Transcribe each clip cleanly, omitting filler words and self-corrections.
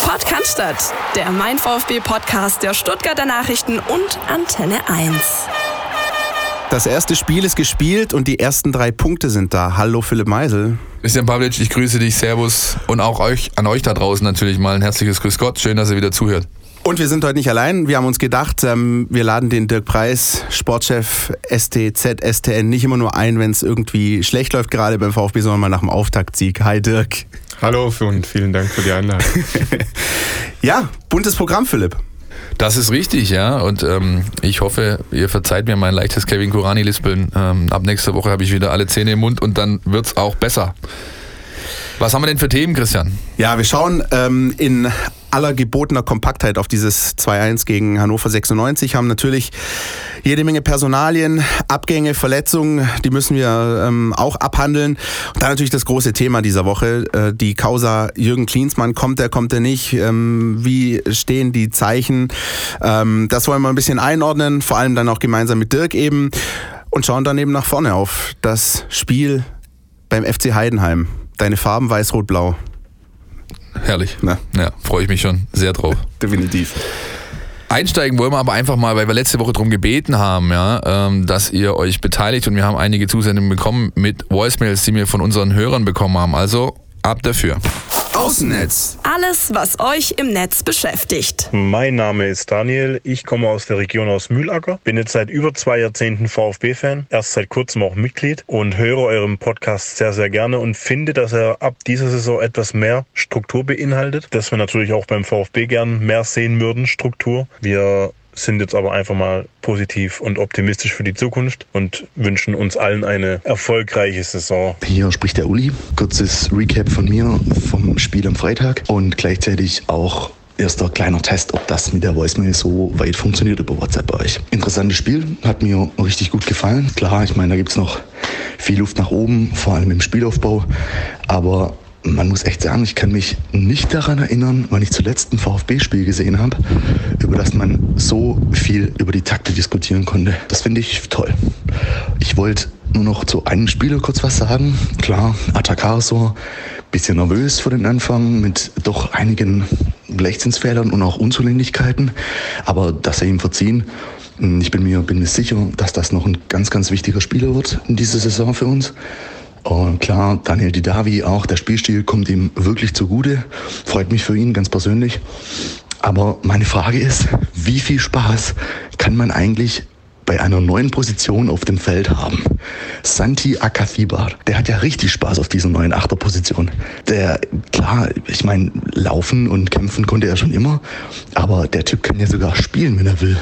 Podcast, der Mein VfB-Podcast der Stuttgarter Nachrichten und Antenne 1. Das erste Spiel ist gespielt und die ersten 3 Punkte sind da. Hallo Philipp Meisel. Christian Pavlic, ich grüße dich, servus und auch an euch da draußen natürlich mal ein herzliches Grüß Gott. Schön, dass ihr wieder zuhört. Und wir sind heute nicht allein. Wir haben uns gedacht, wir laden den Dirk Preis, Sportchef STZ, STN, nicht immer nur ein, wenn es irgendwie schlecht läuft gerade beim VfB, sondern mal nach dem Auftaktsieg. Hi Dirk. Hallo und vielen Dank für die Einladung. Ja, buntes Programm, Philipp. Das ist richtig, ja. Und ich hoffe, ihr verzeiht mir mein leichtes Kevin Kurani-Lispeln. Ab nächster Woche habe ich wieder alle Zähne im Mund und dann wird es auch besser. Was haben wir denn für Themen, Christian? Ja, wir schauen in aller gebotener Kompaktheit auf dieses 2-1 gegen Hannover 96, haben natürlich jede Menge Personalien, Abgänge, Verletzungen, die müssen wir auch abhandeln. Und dann natürlich das große Thema dieser Woche, die Causa Jürgen Klinsmann, kommt er nicht, wie stehen die Zeichen, das wollen wir ein bisschen einordnen, vor allem dann auch gemeinsam mit Dirk eben und schauen dann eben nach vorne auf das Spiel beim FC Heidenheim. Deine Farben weiß-rot-blau. Herrlich. Ja, freue ich mich schon sehr drauf. Definitiv. Einsteigen wollen wir aber einfach mal, weil wir letzte Woche darum gebeten haben, ja, dass ihr euch beteiligt und wir haben einige Zusendungen bekommen mit Voicemails, die wir von unseren Hörern bekommen haben. Also ab dafür. Außennetz. Alles, was euch im Netz beschäftigt. Mein Name ist Daniel, ich komme aus der Region aus Mühlacker, bin jetzt seit über 2 Jahrzehnten VfB-Fan, erst seit kurzem auch Mitglied und höre euren Podcast sehr, sehr gerne und finde, dass er ab dieser Saison etwas mehr Struktur beinhaltet, dass wir natürlich auch beim VfB gern mehr sehen würden, Struktur. Wir sind jetzt aber einfach mal positiv und optimistisch für die Zukunft und wünschen uns allen eine erfolgreiche Saison. Hier spricht der Uli. Kurzes Recap von mir vom Spiel am Freitag und gleichzeitig auch erster kleiner Test, ob das mit der Voicemail so weit funktioniert über WhatsApp bei euch. Interessantes Spiel, hat mir richtig gut gefallen. Klar, ich meine, da gibt es noch viel Luft nach oben, vor allem im Spielaufbau, aber man muss echt sagen, ich kann mich nicht daran erinnern, wann ich zuletzt ein VfB-Spiel gesehen habe, über das man so viel über die Takte diskutieren konnte. Das finde ich toll. Ich wollte nur noch zu einem Spieler kurz was sagen. Klar, Atakarsor, bisschen nervös vor den Anfang mit doch einigen Leichtsinnsfehlern und auch Unzulänglichkeiten, aber das sei ihm verziehen. Ich bin mir sicher, dass das noch ein ganz, ganz wichtiger Spieler wird in dieser Saison für uns. Und klar, Daniel Didavi auch, der Spielstil kommt ihm wirklich zugute. Freut mich für ihn ganz persönlich. Aber meine Frage ist, wie viel Spaß kann man eigentlich bei einer neuen Position auf dem Feld haben? Santi Akathibar, der hat ja richtig Spaß auf dieser neuen Achterposition. Der, klar, ich meine, laufen und kämpfen konnte er schon immer, aber der Typ kann ja sogar spielen, wenn er will.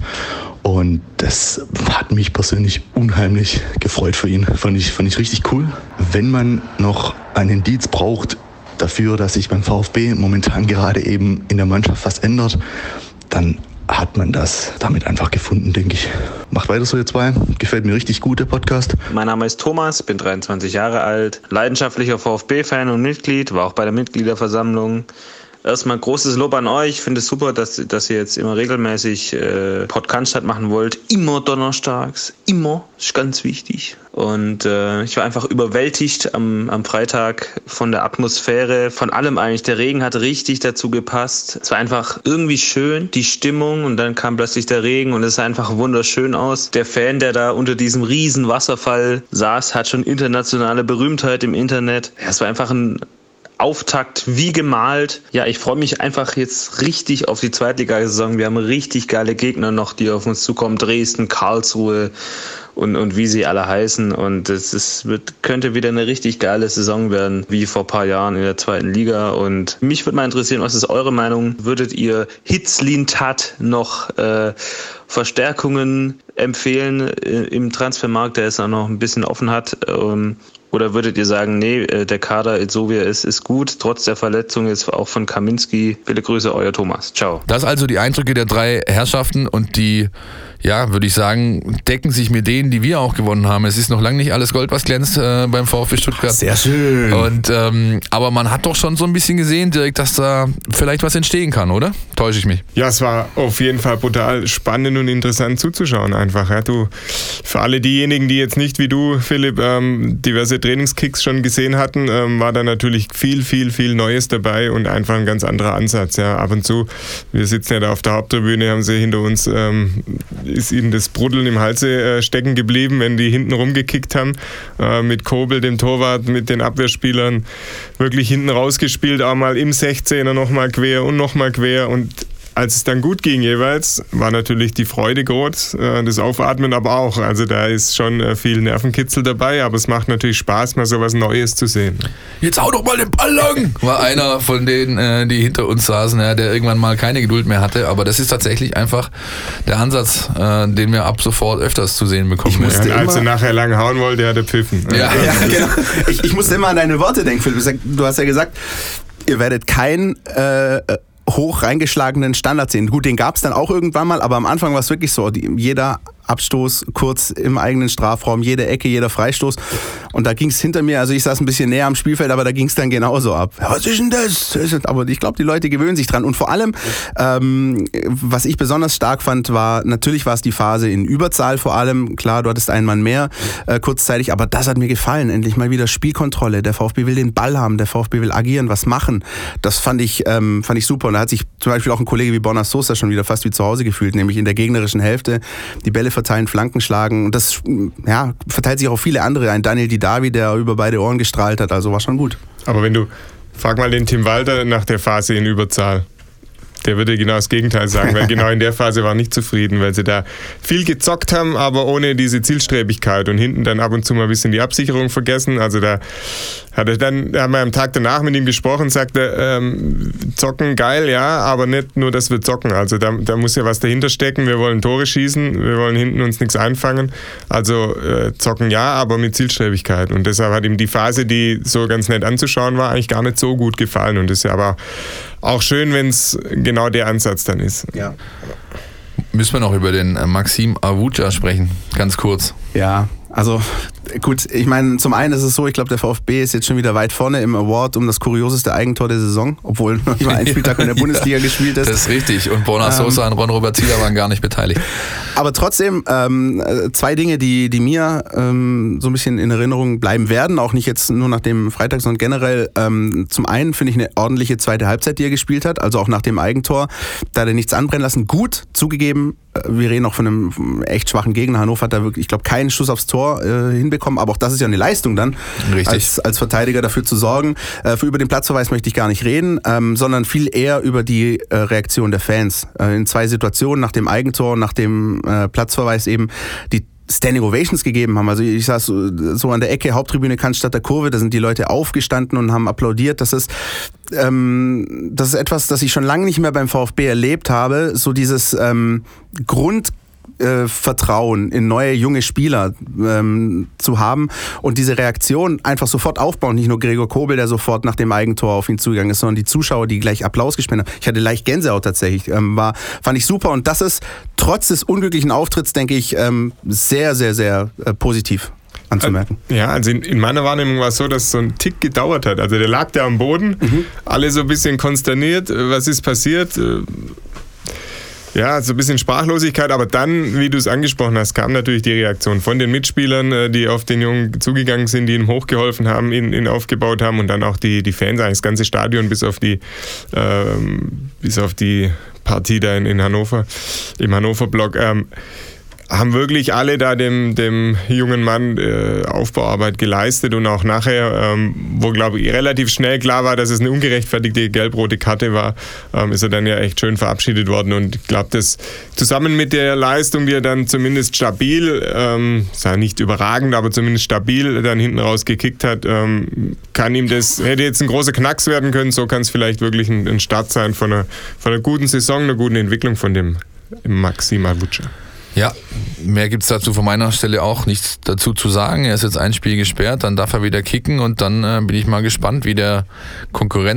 Und das hat mich persönlich unheimlich gefreut für ihn. Fand ich richtig cool. Wenn man noch einen Indiz braucht dafür, dass sich beim VfB momentan gerade eben in der Mannschaft was ändert, dann hat man das damit einfach gefunden, denke ich. Macht weiter so, ihr zwei. Gefällt mir richtig gut, der Podcast. Mein Name ist Thomas, bin 23 Jahre alt, leidenschaftlicher VfB-Fan und Mitglied, war auch bei der Mitgliederversammlung. Erstmal großes Lob an euch. Ich finde es super, dass ihr jetzt immer regelmäßig Podcast machen wollt. Immer donnerstags. Immer. Ist ganz wichtig. Und ich war einfach überwältigt am Freitag von der Atmosphäre, von allem eigentlich. Der Regen hat richtig dazu gepasst. Es war einfach irgendwie schön, die Stimmung. Und dann kam plötzlich der Regen und es sah einfach wunderschön aus. Der Fan, der da unter diesem riesen Wasserfall saß, hat schon internationale Berühmtheit im Internet. Ja, es war einfach ein Auftakt wie gemalt. Ja, ich freue mich einfach jetzt richtig auf die Zweitligasaison. Wir haben richtig geile Gegner noch, die auf uns zukommen. Dresden, Karlsruhe und wie sie alle heißen. Und könnte wieder eine richtig geile Saison werden, wie vor ein paar Jahren in der 2. Liga. Und mich würde mal interessieren, was ist eure Meinung? Würdet ihr Hitzlin-Tat noch Verstärkungen empfehlen im Transfermarkt, der es auch noch ein bisschen offen hat? Oder würdet ihr sagen, nee, der Kader, so wie er ist gut, trotz der Verletzung jetzt auch von Kaminski? Viele Grüße, euer Thomas. Ciao. Das also die Eindrücke der 3 Herrschaften und die würde ich sagen, decken sich mit denen, die wir auch gewonnen haben. Es ist noch lange nicht alles Gold, was glänzt beim VfB Stuttgart. Sehr schön. Und, aber man hat doch schon so ein bisschen gesehen direkt, dass da vielleicht was entstehen kann, oder? Täusche ich mich? Ja, es war auf jeden Fall brutal spannend und interessant zuzuschauen einfach. Ja, für alle diejenigen, die jetzt nicht wie du, Philipp, diverse Trainingskicks schon gesehen hatten, war da natürlich viel Neues dabei und einfach ein ganz anderer Ansatz. Ja, ab und zu, wir sitzen ja da auf der Haupttribüne, haben sie hinter uns ist ihnen das Bruddeln im Halse stecken geblieben, wenn die hinten rumgekickt haben. Mit Kobel, dem Torwart, mit den Abwehrspielern wirklich hinten rausgespielt, auch mal im 16er nochmal quer und und als es dann gut ging jeweils, war natürlich die Freude groß, das Aufatmen aber auch. Also da ist schon viel Nervenkitzel dabei, aber es macht natürlich Spaß, mal so was Neues zu sehen. Jetzt hau doch mal den Ball lang! War einer von denen, die hinter uns saßen, der irgendwann mal keine Geduld mehr hatte. Aber das ist tatsächlich einfach der Ansatz, den wir ab sofort öfters zu sehen bekommen. Als er nachher lang hauen wollte, hat er pfiffen. Ja, genau. Ich musste immer an deine Worte denken, Philipp. Du hast ja gesagt, ihr werdet kein hoch reingeschlagenen Standard sehen. Gut, den gab es dann auch irgendwann mal, aber am Anfang war es wirklich so, jeder Abstoß kurz im eigenen Strafraum, jede Ecke, jeder Freistoß. Und da ging es hinter mir, also ich saß ein bisschen näher am Spielfeld, aber da ging es dann genauso ab. Was ist denn das? Aber ich glaube, die Leute gewöhnen sich dran. Und vor allem, was ich besonders stark fand, natürlich war es die Phase in Überzahl vor allem. Klar, du hattest einen Mann mehr kurzzeitig, aber das hat mir gefallen. Endlich mal wieder Spielkontrolle. Der VfB will den Ball haben, der VfB will agieren, was machen. Das fand ich super. Und da hat sich zum Beispiel auch ein Kollege wie Borna Sosa schon wieder fast wie zu Hause gefühlt, nämlich in der gegnerischen Hälfte die Bälle verteilen, Flanken schlagen. Und das verteilt sich auch auf viele andere. Ein Daniel Didavi, der über beide Ohren gestrahlt hat. Also war schon gut. Aber frag mal den Tim Walter nach der Phase in Überzahl. Der würde genau das Gegenteil sagen, weil genau in der Phase war er nicht zufrieden, weil sie da viel gezockt haben, aber ohne diese Zielstrebigkeit und hinten dann ab und zu mal ein bisschen die Absicherung vergessen. Also da haben wir am Tag danach mit ihm gesprochen, sagte, zocken geil, ja, aber nicht nur, dass wir zocken. Also da muss ja was dahinter stecken. Wir wollen Tore schießen, wir wollen hinten uns nichts einfangen. Also zocken ja, aber mit Zielstrebigkeit. Und deshalb hat ihm die Phase, die so ganz nett anzuschauen war, eigentlich gar nicht so gut gefallen. Und das ist ja aber auch schön, wenn es genau der Ansatz dann ist. Ja. Müssen wir noch über den Maxim Avuca sprechen, ganz kurz. Ja, also gut, ich meine, zum einen ist es so, ich glaube, der VfB ist jetzt schon wieder weit vorne im Award um das kurioseste Eigentor der Saison, obwohl noch nicht mal ein Spieltag in der Bundesliga gespielt ist. Das ist richtig und Borna Sosa und Ron-Robert Zieler waren gar nicht beteiligt. Aber trotzdem, zwei Dinge, die mir so ein bisschen in Erinnerung bleiben werden, auch nicht jetzt nur nach dem Freitag, sondern generell. Zum einen finde ich eine ordentliche zweite Halbzeit, die er gespielt hat, also auch nach dem Eigentor, da hat er nichts anbrennen lassen. Gut, zugegeben, wir reden auch von einem echt schwachen Gegner. Hannover hat da wirklich, ich glaube, keinen Schuss aufs Tor hinbekommen, aber auch das ist ja eine Leistung dann, als Verteidiger dafür zu sorgen. Über den Platzverweis möchte ich gar nicht reden, sondern viel eher über die Reaktion der Fans. In zwei Situationen, nach dem Eigentor und nach dem Platzverweis eben, die Standing Ovations gegeben haben. Also ich saß so an der Ecke, Haupttribüne Cannstatter Kurve, da sind die Leute aufgestanden und haben applaudiert. Das ist etwas, das ich schon lange nicht mehr beim VfB erlebt habe. So dieses Grundvertrauen in neue, junge Spieler zu haben und diese Reaktion einfach sofort aufbauen. Nicht nur Gregor Kobel, der sofort nach dem Eigentor auf ihn zugegangen ist, sondern die Zuschauer, die gleich Applaus gespendet haben. Ich hatte leicht Gänsehaut tatsächlich. Fand ich super und das ist trotz des unglücklichen Auftritts, denke ich, sehr, sehr, sehr positiv anzumerken. Ja, also in meiner Wahrnehmung war es so, dass es so ein Tick gedauert hat. Also der lag da am Boden, alle so ein bisschen konsterniert, was ist passiert? Ja, so ein bisschen Sprachlosigkeit, aber dann, wie du es angesprochen hast, kam natürlich die Reaktion von den Mitspielern, die auf den Jungen zugegangen sind, die ihm hochgeholfen haben, ihn aufgebaut haben und dann auch die Fans, eigentlich das ganze Stadion bis auf die Partie da in Hannover, im Hannover-Block, haben wirklich alle da dem jungen Mann Aufbauarbeit geleistet und auch nachher, wo glaube ich relativ schnell klar war, dass es eine ungerechtfertigte gelb-rote Karte war, ist er dann ja echt schön verabschiedet worden und ich glaube, das zusammen mit der Leistung, die er dann zumindest stabil, sei nicht überragend, aber zumindest stabil dann hinten raus gekickt hat, kann ihm hätte jetzt ein großer Knacks werden können, so kann es vielleicht wirklich ein Start sein von einer guten Saison, einer guten Entwicklung von dem Maxim Avuca. Ja, mehr gibt es dazu von meiner Stelle auch nichts dazu zu sagen. Er ist jetzt ein Spiel gesperrt, dann darf er wieder kicken und dann bin ich mal gespannt, wie der Konkurrenz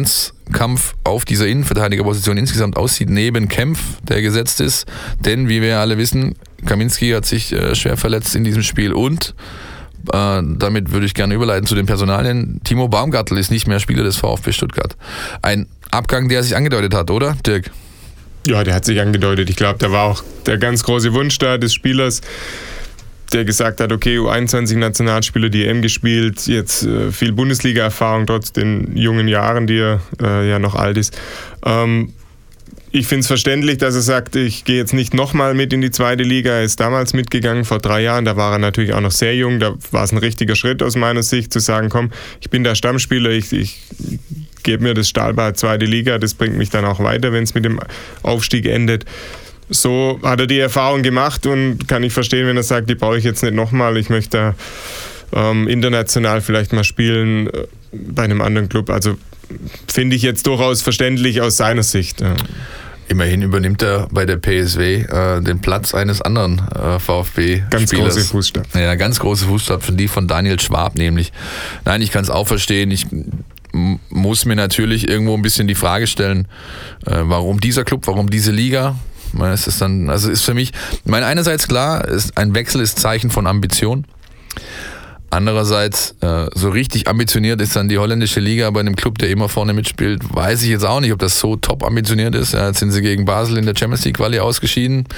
Kampf auf dieser Innenverteidigerposition insgesamt aussieht, neben Kempf, der gesetzt ist. Denn, wie wir alle wissen, Kaminski hat sich schwer verletzt in diesem Spiel und damit würde ich gerne überleiten zu den Personalien. Timo Baumgartl ist nicht mehr Spieler des VfB Stuttgart. Ein Abgang, der sich angedeutet hat, oder, Dirk? Ja, der hat sich angedeutet. Ich glaube, da war auch der ganz große Wunsch da des Spielers, der gesagt hat, okay, U21-Nationalspieler, die EM gespielt, jetzt viel Bundesliga-Erfahrung trotz den jungen Jahren, die er ja noch alt ist. Ich finde es verständlich, dass er sagt, ich gehe jetzt nicht nochmal mit in die zweite Liga. Er ist damals mitgegangen, vor 3 Jahren. Da war er natürlich auch noch sehr jung. Da war es ein richtiger Schritt aus meiner Sicht, zu sagen, komm, ich bin der Stammspieler, ich gebe mir das Stahlbad zweite Liga. Das bringt mich dann auch weiter, wenn es mit dem Aufstieg endet. So hat er die Erfahrung gemacht und kann ich verstehen, wenn er sagt, die brauche ich jetzt nicht nochmal. Ich möchte international vielleicht mal spielen bei einem anderen Club. Also finde ich jetzt durchaus verständlich aus seiner Sicht. Immerhin übernimmt er bei der PSW den Platz eines anderen VfB-Spielers. Ganz große Fußstapfen. Ja, ganz große Fußstapfen, die von Daniel Schwab nämlich. Nein, ich kann es auch verstehen. Ich muss mir natürlich irgendwo ein bisschen die Frage stellen, warum dieser Club, warum diese Liga? Es ist dann, also ist für mich, einerseits klar, ein Wechsel ist Zeichen von Ambition. Andererseits, so richtig ambitioniert ist dann die holländische Liga bei einem Club, der immer vorne mitspielt, weiß ich jetzt auch nicht, ob das so top ambitioniert ist. Ja, jetzt sind sie gegen Basel in der Champions League Quali ausgeschieden.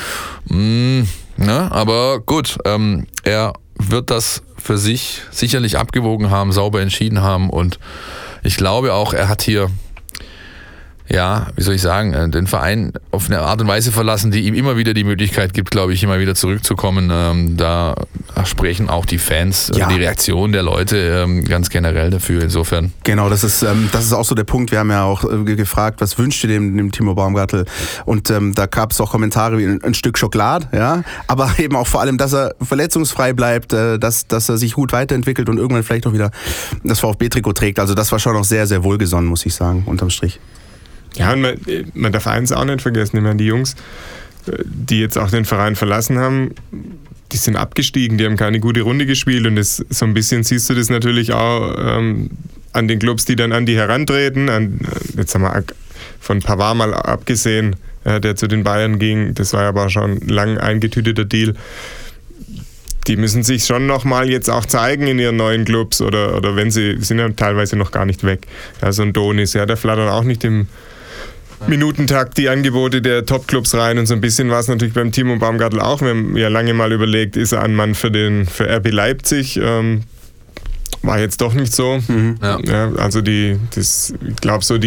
Aber gut, er wird das für sich sicherlich abgewogen haben, sauber entschieden haben und ich glaube auch, er hat hier, ja, wie soll ich sagen, den Verein auf eine Art und Weise verlassen, die ihm immer wieder die Möglichkeit gibt, glaube ich, immer wieder zurückzukommen. Da sprechen auch die Fans, die Reaktion der Leute ganz generell dafür. Insofern. Genau, das ist auch so der Punkt. Wir haben ja auch gefragt, was wünscht ihr dem Timo Baumgartl? Und da gab es auch Kommentare wie ein Stück Schokolade, ja, aber eben auch vor allem, dass er verletzungsfrei bleibt, dass er sich gut weiterentwickelt und irgendwann vielleicht auch wieder das VfB-Trikot trägt. Also das war schon auch sehr, sehr wohlgesonnen, muss ich sagen, unterm Strich. Ja, und man darf eins auch nicht vergessen, ich meine, die Jungs, die jetzt auch den Verein verlassen haben, die sind abgestiegen, die haben keine gute Runde gespielt und das, so ein bisschen siehst du das natürlich auch an den Clubs, die dann an die herantreten, jetzt haben wir von Pavard mal abgesehen, der zu den Bayern ging, das war ja aber schon ein lang eingetüteter Deal. Die müssen sich schon nochmal jetzt auch zeigen in ihren neuen Clubs oder wenn sie sind ja teilweise noch gar nicht weg. Ja, so ein Donis, ja, der flattert auch nicht im Minutentakt die Angebote der Top-Clubs rein und so ein bisschen war es natürlich beim Timo Baumgartl auch. Wir haben ja lange mal überlegt, ist er ein Mann für RB Leipzig? War jetzt doch nicht so. Ja, also ich glaube so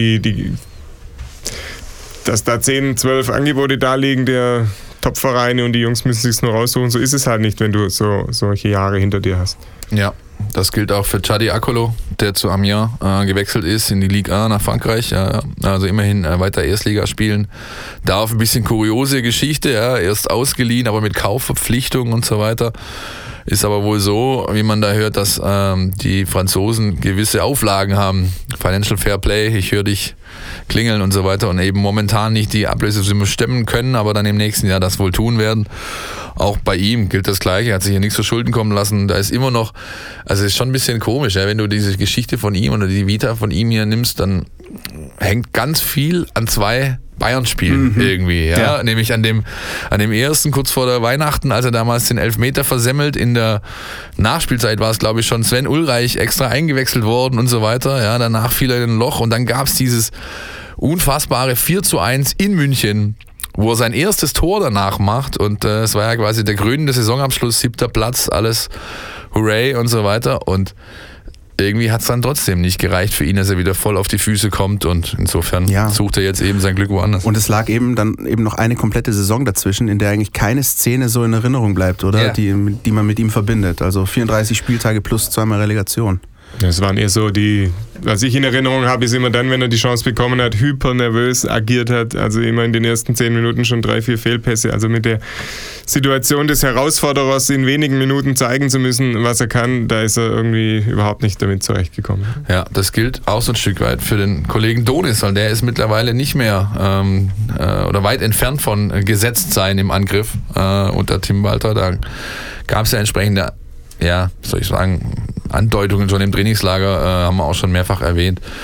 dass da 10, 12 Angebote da liegen der Top-Vereine und die Jungs müssen sich nur raussuchen. So ist es halt nicht, wenn du solche Jahre hinter dir hast. Ja, das gilt auch für Chadi Akolo, der zu Amiens gewechselt ist in die Ligue 1 nach Frankreich. Also immerhin weiter Erstliga spielen. Darf ein bisschen kuriose Geschichte, ja, erst ausgeliehen, aber mit Kaufverpflichtungen und so weiter. Ist aber wohl so, wie man da hört, dass die Franzosen gewisse Auflagen haben. Financial Fair Play, ich höre dich klingeln und so weiter und eben momentan nicht die Ablösesumme stemmen können, aber dann im nächsten Jahr das wohl tun werden. Auch bei ihm gilt das Gleiche, er hat sich hier nichts zu Schulden kommen lassen. Da ist immer noch, also es ist schon ein bisschen komisch, ja, wenn du diese Geschichte von ihm oder die Vita von ihm hier nimmst, dann hängt ganz viel an 2 Bayern-Spielen irgendwie, ja? Nämlich an dem ersten kurz vor der Weihnachten, als er damals den Elfmeter versemmelt, in der Nachspielzeit war es, glaube ich, schon Sven Ulreich extra eingewechselt worden und so weiter, ja, danach fiel er in ein Loch und dann gab es dieses unfassbare 4:1 in München, wo er sein erstes Tor danach macht und es war ja quasi der krönende Saisonabschluss, 7. Platz, alles Hooray und so weiter und irgendwie hat es dann trotzdem nicht gereicht für ihn, dass er wieder voll auf die Füße kommt und insofern sucht er jetzt eben sein Glück woanders. Und es lag eben dann eben noch eine komplette Saison dazwischen, in der eigentlich keine Szene so in Erinnerung bleibt, oder? Ja. Die man mit ihm verbindet. Also 34 Spieltage plus 2-mal Relegation. Das waren eher so was ich in Erinnerung habe, ist immer dann, wenn er die Chance bekommen hat, hypernervös agiert hat, also immer in den ersten 10 Minuten schon 3, 4 Fehlpässe, also mit der Situation des Herausforderers in wenigen Minuten zeigen zu müssen, was er kann, da ist er irgendwie überhaupt nicht damit zurechtgekommen. Ja, das gilt auch so ein Stück weit für den Kollegen Donis, weil der ist mittlerweile nicht mehr oder weit entfernt von gesetzt sein im Angriff unter Tim Walter, da gab es ja entsprechende Andeutungen schon im Trainingslager, haben wir auch schon mehrfach erwähnt,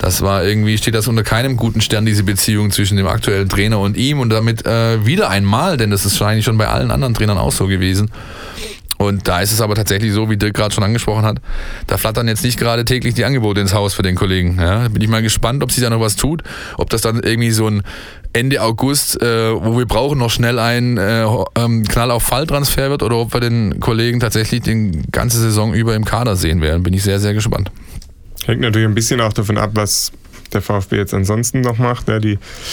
steht das unter keinem guten Stern, diese Beziehung zwischen dem aktuellen Trainer und ihm und damit wieder einmal, denn das ist wahrscheinlich schon bei allen anderen Trainern auch so gewesen. Und da ist es aber tatsächlich so, wie Dirk gerade schon angesprochen hat, da flattern jetzt nicht gerade täglich die Angebote ins Haus für den Kollegen. Ja, bin ich mal gespannt, ob sich da noch was tut, ob das dann irgendwie so ein Ende August, wo wir brauchen noch schnell einen Knall auf Fall-Transfer wird oder ob wir den Kollegen tatsächlich die ganze Saison über im Kader sehen werden. Bin ich sehr, sehr gespannt. Hängt natürlich ein bisschen auch davon ab, was der VfB jetzt ansonsten noch macht. Ja,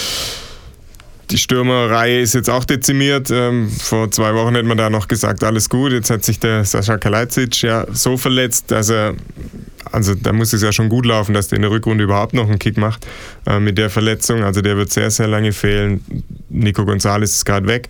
die Stürmerreihe ist jetzt auch dezimiert. Vor 2 Wochen hätte man da noch gesagt, alles gut. Jetzt hat sich der Sascha Kalajdzic ja so verletzt, dass also da muss es ja schon gut laufen, dass der in der Rückrunde überhaupt noch einen Kick macht mit der Verletzung. Also der wird sehr, sehr lange fehlen. Nico González ist gerade weg.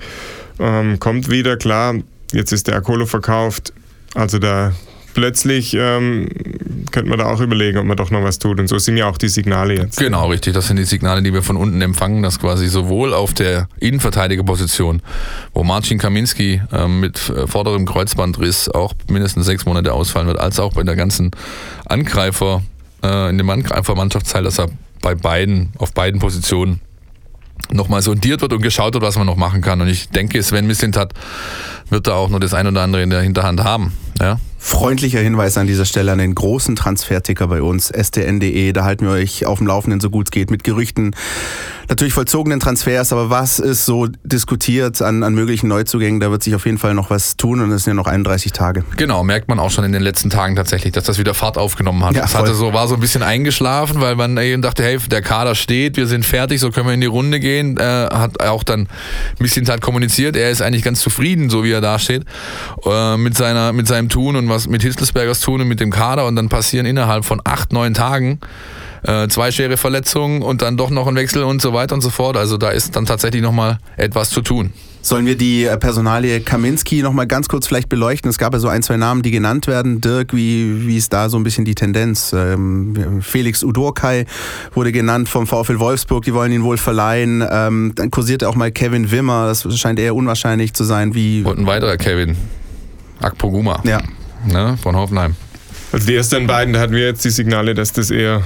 Kommt wieder, klar. Jetzt ist der Akolo verkauft. Also da plötzlich könnte man da auch überlegen, ob man doch noch was tut. Und so sind ja auch die Signale jetzt. Genau, richtig. Das sind die Signale, die wir von unten empfangen, dass quasi sowohl auf der Innenverteidigerposition, wo Marcin Kaminski mit vorderem Kreuzbandriss auch mindestens 6 Monate ausfallen wird, als auch bei der ganzen Angreifer, in dem Angreifermannschaftsteil, dass er auf beiden Positionen nochmal sondiert wird und geschaut wird, was man noch machen kann. Und ich denke, Sven Mislintat wird da auch noch das ein oder andere in der Hinterhand haben. Ja? Freundlicher Hinweis an dieser Stelle an den großen Transferticker bei uns, stn.de. Da halten wir euch auf dem Laufenden, so gut es geht, mit Gerüchten, natürlich vollzogenen Transfers, aber was ist so diskutiert an möglichen Neuzugängen, da wird sich auf jeden Fall noch was tun und es sind ja noch 31 Tage. Genau, merkt man auch schon in den letzten Tagen tatsächlich, dass das wieder Fahrt aufgenommen hat. Ja, das war so ein bisschen eingeschlafen, weil man eben dachte, hey, der Kader steht, wir sind fertig, so können wir in die Runde gehen. Hat auch dann ein bisschen Zeit kommuniziert, er ist eigentlich ganz zufrieden, so wie er da steht, mit seinem Tun und was mit Hitzelsbergers Tun und mit dem Kader, und dann passieren innerhalb von 8-9 Tagen 2 schwere Verletzungen und dann doch noch ein Wechsel und so weiter und so fort. Also da ist dann tatsächlich nochmal etwas zu tun. Sollen wir die Personalie Kaminski nochmal ganz kurz vielleicht beleuchten? Es gab ja so 1, 2 Namen, die genannt werden. Dirk, wie ist da so ein bisschen die Tendenz? Felix Udurkai wurde genannt vom VfL Wolfsburg, die wollen ihn wohl verleihen. Dann kursierte auch mal Kevin Wimmer, das scheint eher unwahrscheinlich zu sein. Und ein weiterer Kevin, Akpoguma, ja. Ne, von Hoffenheim. Also die ersten beiden, da hatten wir jetzt die Signale, dass das eher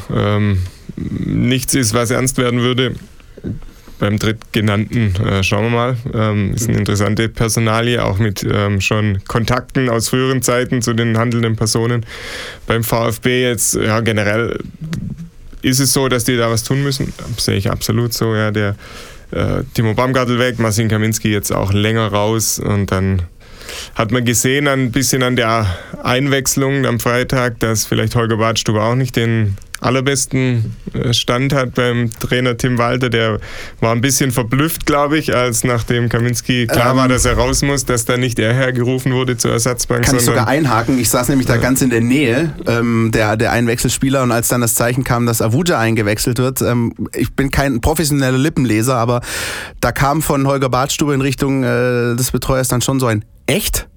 nichts ist, was ernst werden würde. Beim drittgenannten schauen wir mal. Ist eine interessante Personalie, auch mit schon Kontakten aus früheren Zeiten zu den handelnden Personen. Beim VfB jetzt, ja, generell ist es so, dass die da was tun müssen. Das sehe ich absolut so. Ja, der Timo Baumgartel weg, Marcin Kaminski jetzt auch länger raus, und dann hat man gesehen ein bisschen an der Einwechslung am Freitag, dass vielleicht Holger Badstuber auch nicht den allerbesten Stand hat beim Trainer Tim Walter. Der war ein bisschen verblüfft, glaube ich, als nachdem Kaminski klar war, dass er raus muss, dass da nicht er hergerufen wurde zur Ersatzbank. Kann ich sogar einhaken. Ich saß nämlich da ganz in der Nähe der Einwechselspieler, und als dann das Zeichen kam, dass Avuja eingewechselt wird, ich bin kein professioneller Lippenleser, aber da kam von Holger Badstuber in Richtung des Betreuers dann schon so ein Echt?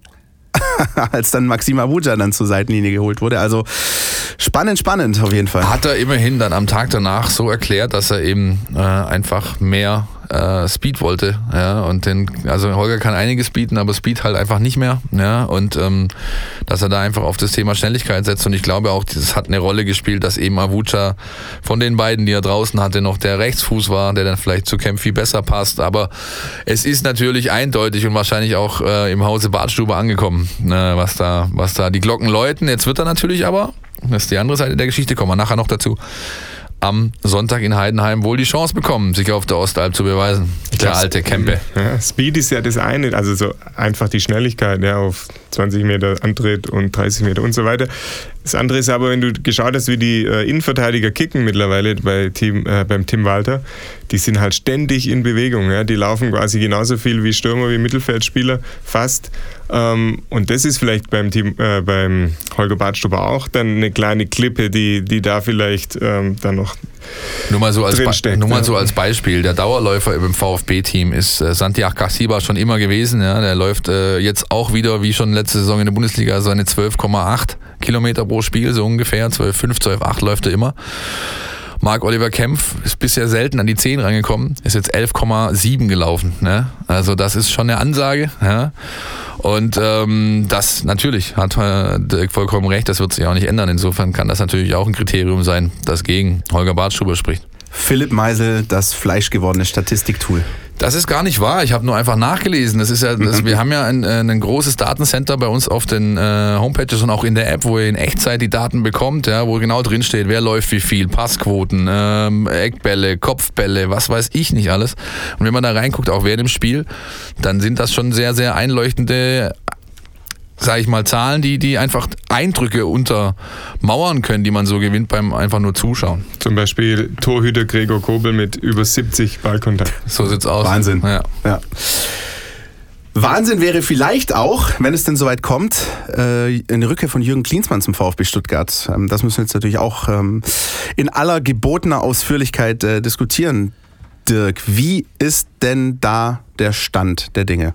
Als dann Maxim Avuja dann zur Seitenlinie geholt wurde. Also spannend auf jeden Fall. Hat er immerhin dann am Tag danach so erklärt, dass er eben einfach mehr Speed wollte. Ja, und also Holger kann einiges bieten, aber Speed halt einfach nicht mehr. Ja, und dass er da einfach auf das Thema Schnelligkeit setzt. Und ich glaube auch, das hat eine Rolle gespielt, dass eben Avuja von den beiden, die er draußen hatte, noch der Rechtsfuß war, der dann vielleicht zu Kempfi besser passt. Aber es ist natürlich eindeutig und wahrscheinlich auch im Hause Badstuber angekommen, was da die Glocken läuten. Jetzt wird er natürlich aber, das ist die andere Seite der Geschichte, kommen wir nachher noch dazu, am Sonntag in Heidenheim wohl die Chance bekommen, sich auf der Ostalb zu beweisen. Der alte Kempe. Ja, Speed ist ja das eine, also so einfach die Schnelligkeit, ja, auf 20 Meter Antritt und 30 Meter und so weiter. Das andere ist aber, wenn du geschaut hast, wie die Innenverteidiger kicken mittlerweile beim Tim Walter, die sind halt ständig in Bewegung. Ja? Die laufen quasi genauso viel wie Stürmer, wie Mittelfeldspieler, fast. Und das ist vielleicht beim Holger Badstuber auch dann eine kleine Klippe, die da vielleicht dann noch nur mal so drinsteckt. Nur mal so als Beispiel. Der Dauerläufer im VfB-Team ist Santiago Casiba schon immer gewesen. Ja? Der läuft jetzt auch wieder, wie schon letzte Saison in der Bundesliga, so eine 12,8 Kilometer pro Spiel, so ungefähr. 12,5, 12,8 läuft er immer. Marc-Oliver Kempf ist bisher selten an die 10 rangekommen, ist jetzt 11,7 gelaufen. Ne? Also das ist schon eine Ansage. Ja? Und das natürlich hat Dirk vollkommen recht, das wird sich auch nicht ändern. Insofern kann das natürlich auch ein Kriterium sein, das gegen Holger Badstuber spricht. Philipp Meisel, das fleischgewordene Statistiktool. Das ist gar nicht wahr. Ich habe nur einfach nachgelesen. Das ist ja, wir haben ja ein großes Datencenter bei uns auf den Homepages und auch in der App, wo ihr in Echtzeit die Daten bekommt, ja, wo genau drin steht, wer läuft wie viel, Passquoten, Eckbälle, Kopfbälle, was weiß ich nicht alles. Und wenn man da reinguckt, auch während dem Spiel, dann sind das schon sehr, sehr einleuchtende, sage ich mal, Zahlen, die einfach Eindrücke untermauern können, die man so gewinnt beim einfach nur Zuschauen. Zum Beispiel Torhüter Gregor Kobel mit über 70 Ballkontakten. So sieht's aus. Wahnsinn. Ja. Wahnsinn wäre vielleicht auch, wenn es denn soweit kommt, eine Rückkehr von Jürgen Klinsmann zum VfB Stuttgart. Das müssen wir jetzt natürlich auch in aller gebotener Ausführlichkeit diskutieren. Dirk, wie ist denn da der Stand der Dinge?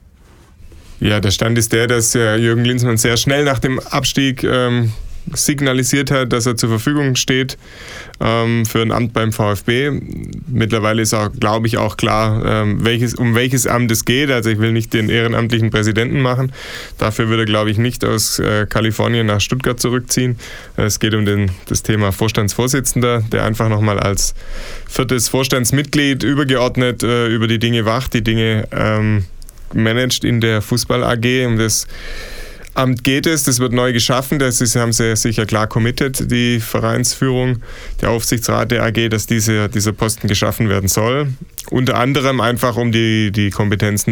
Ja, der Stand ist der, dass Jürgen Klinsmann sehr schnell nach dem Abstieg signalisiert hat, dass er zur Verfügung steht für ein Amt beim VfB. Mittlerweile ist auch, glaube ich, auch klar, um welches Amt es geht. Also ich will nicht den ehrenamtlichen Präsidenten machen. Dafür würde er, glaube ich, nicht aus Kalifornien nach Stuttgart zurückziehen. Es geht um das Thema Vorstandsvorsitzender, der einfach nochmal als 4. Vorstandsmitglied übergeordnet über die Dinge wacht, die Dinge managt in der Fußball AG. Um das Amt geht es, das wird neu geschaffen, haben sie sicher klar committed, die Vereinsführung, der Aufsichtsrat der AG, dass dieser Posten geschaffen werden soll. Unter anderem einfach, um die Kompetenzen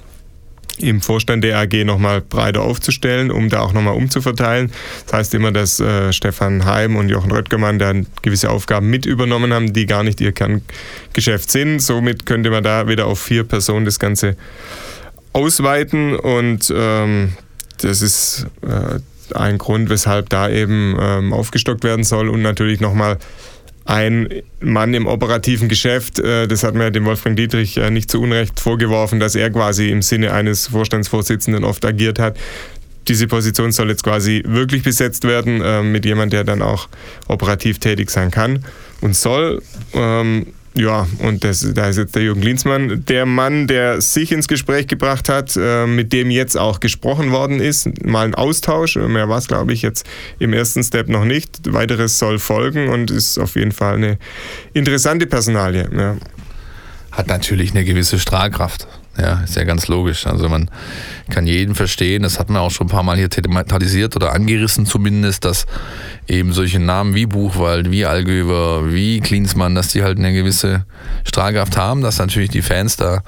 im Vorstand der AG nochmal breiter aufzustellen, um da auch nochmal umzuverteilen. Das heißt immer, dass Stefan Heim und Jochen Röttgermann dann gewisse Aufgaben mit übernommen haben, die gar nicht ihr Kerngeschäft sind. Somit könnte man da wieder auf 4 Personen das Ganze ausweiten und das ist ein Grund, weshalb da eben aufgestockt werden soll und natürlich nochmal ein Mann im operativen Geschäft, das hat mir dem Wolfgang Dietrich nicht zu Unrecht vorgeworfen, dass er quasi im Sinne eines Vorstandsvorsitzenden oft agiert hat. Diese Position soll jetzt quasi wirklich besetzt werden mit jemandem, der dann auch operativ tätig sein kann und soll. Ja, und da ist jetzt der Jürgen Klinsmann, der Mann, der sich ins Gespräch gebracht hat, mit dem jetzt auch gesprochen worden ist. Mal ein Austausch, mehr war es, glaube ich, jetzt im ersten Step noch nicht. Weiteres soll folgen und ist auf jeden Fall eine interessante Personalie. Ja. Hat natürlich eine gewisse Strahlkraft. Ja, ist ja ganz logisch. Also man kann jeden verstehen, das hatten wir auch schon ein paar Mal hier thematisiert oder angerissen zumindest, dass eben solche Namen wie Buchwald, wie Allgöwer, wie Klinsmann, dass die halt eine gewisse Strahlkraft haben, dass natürlich die Fans da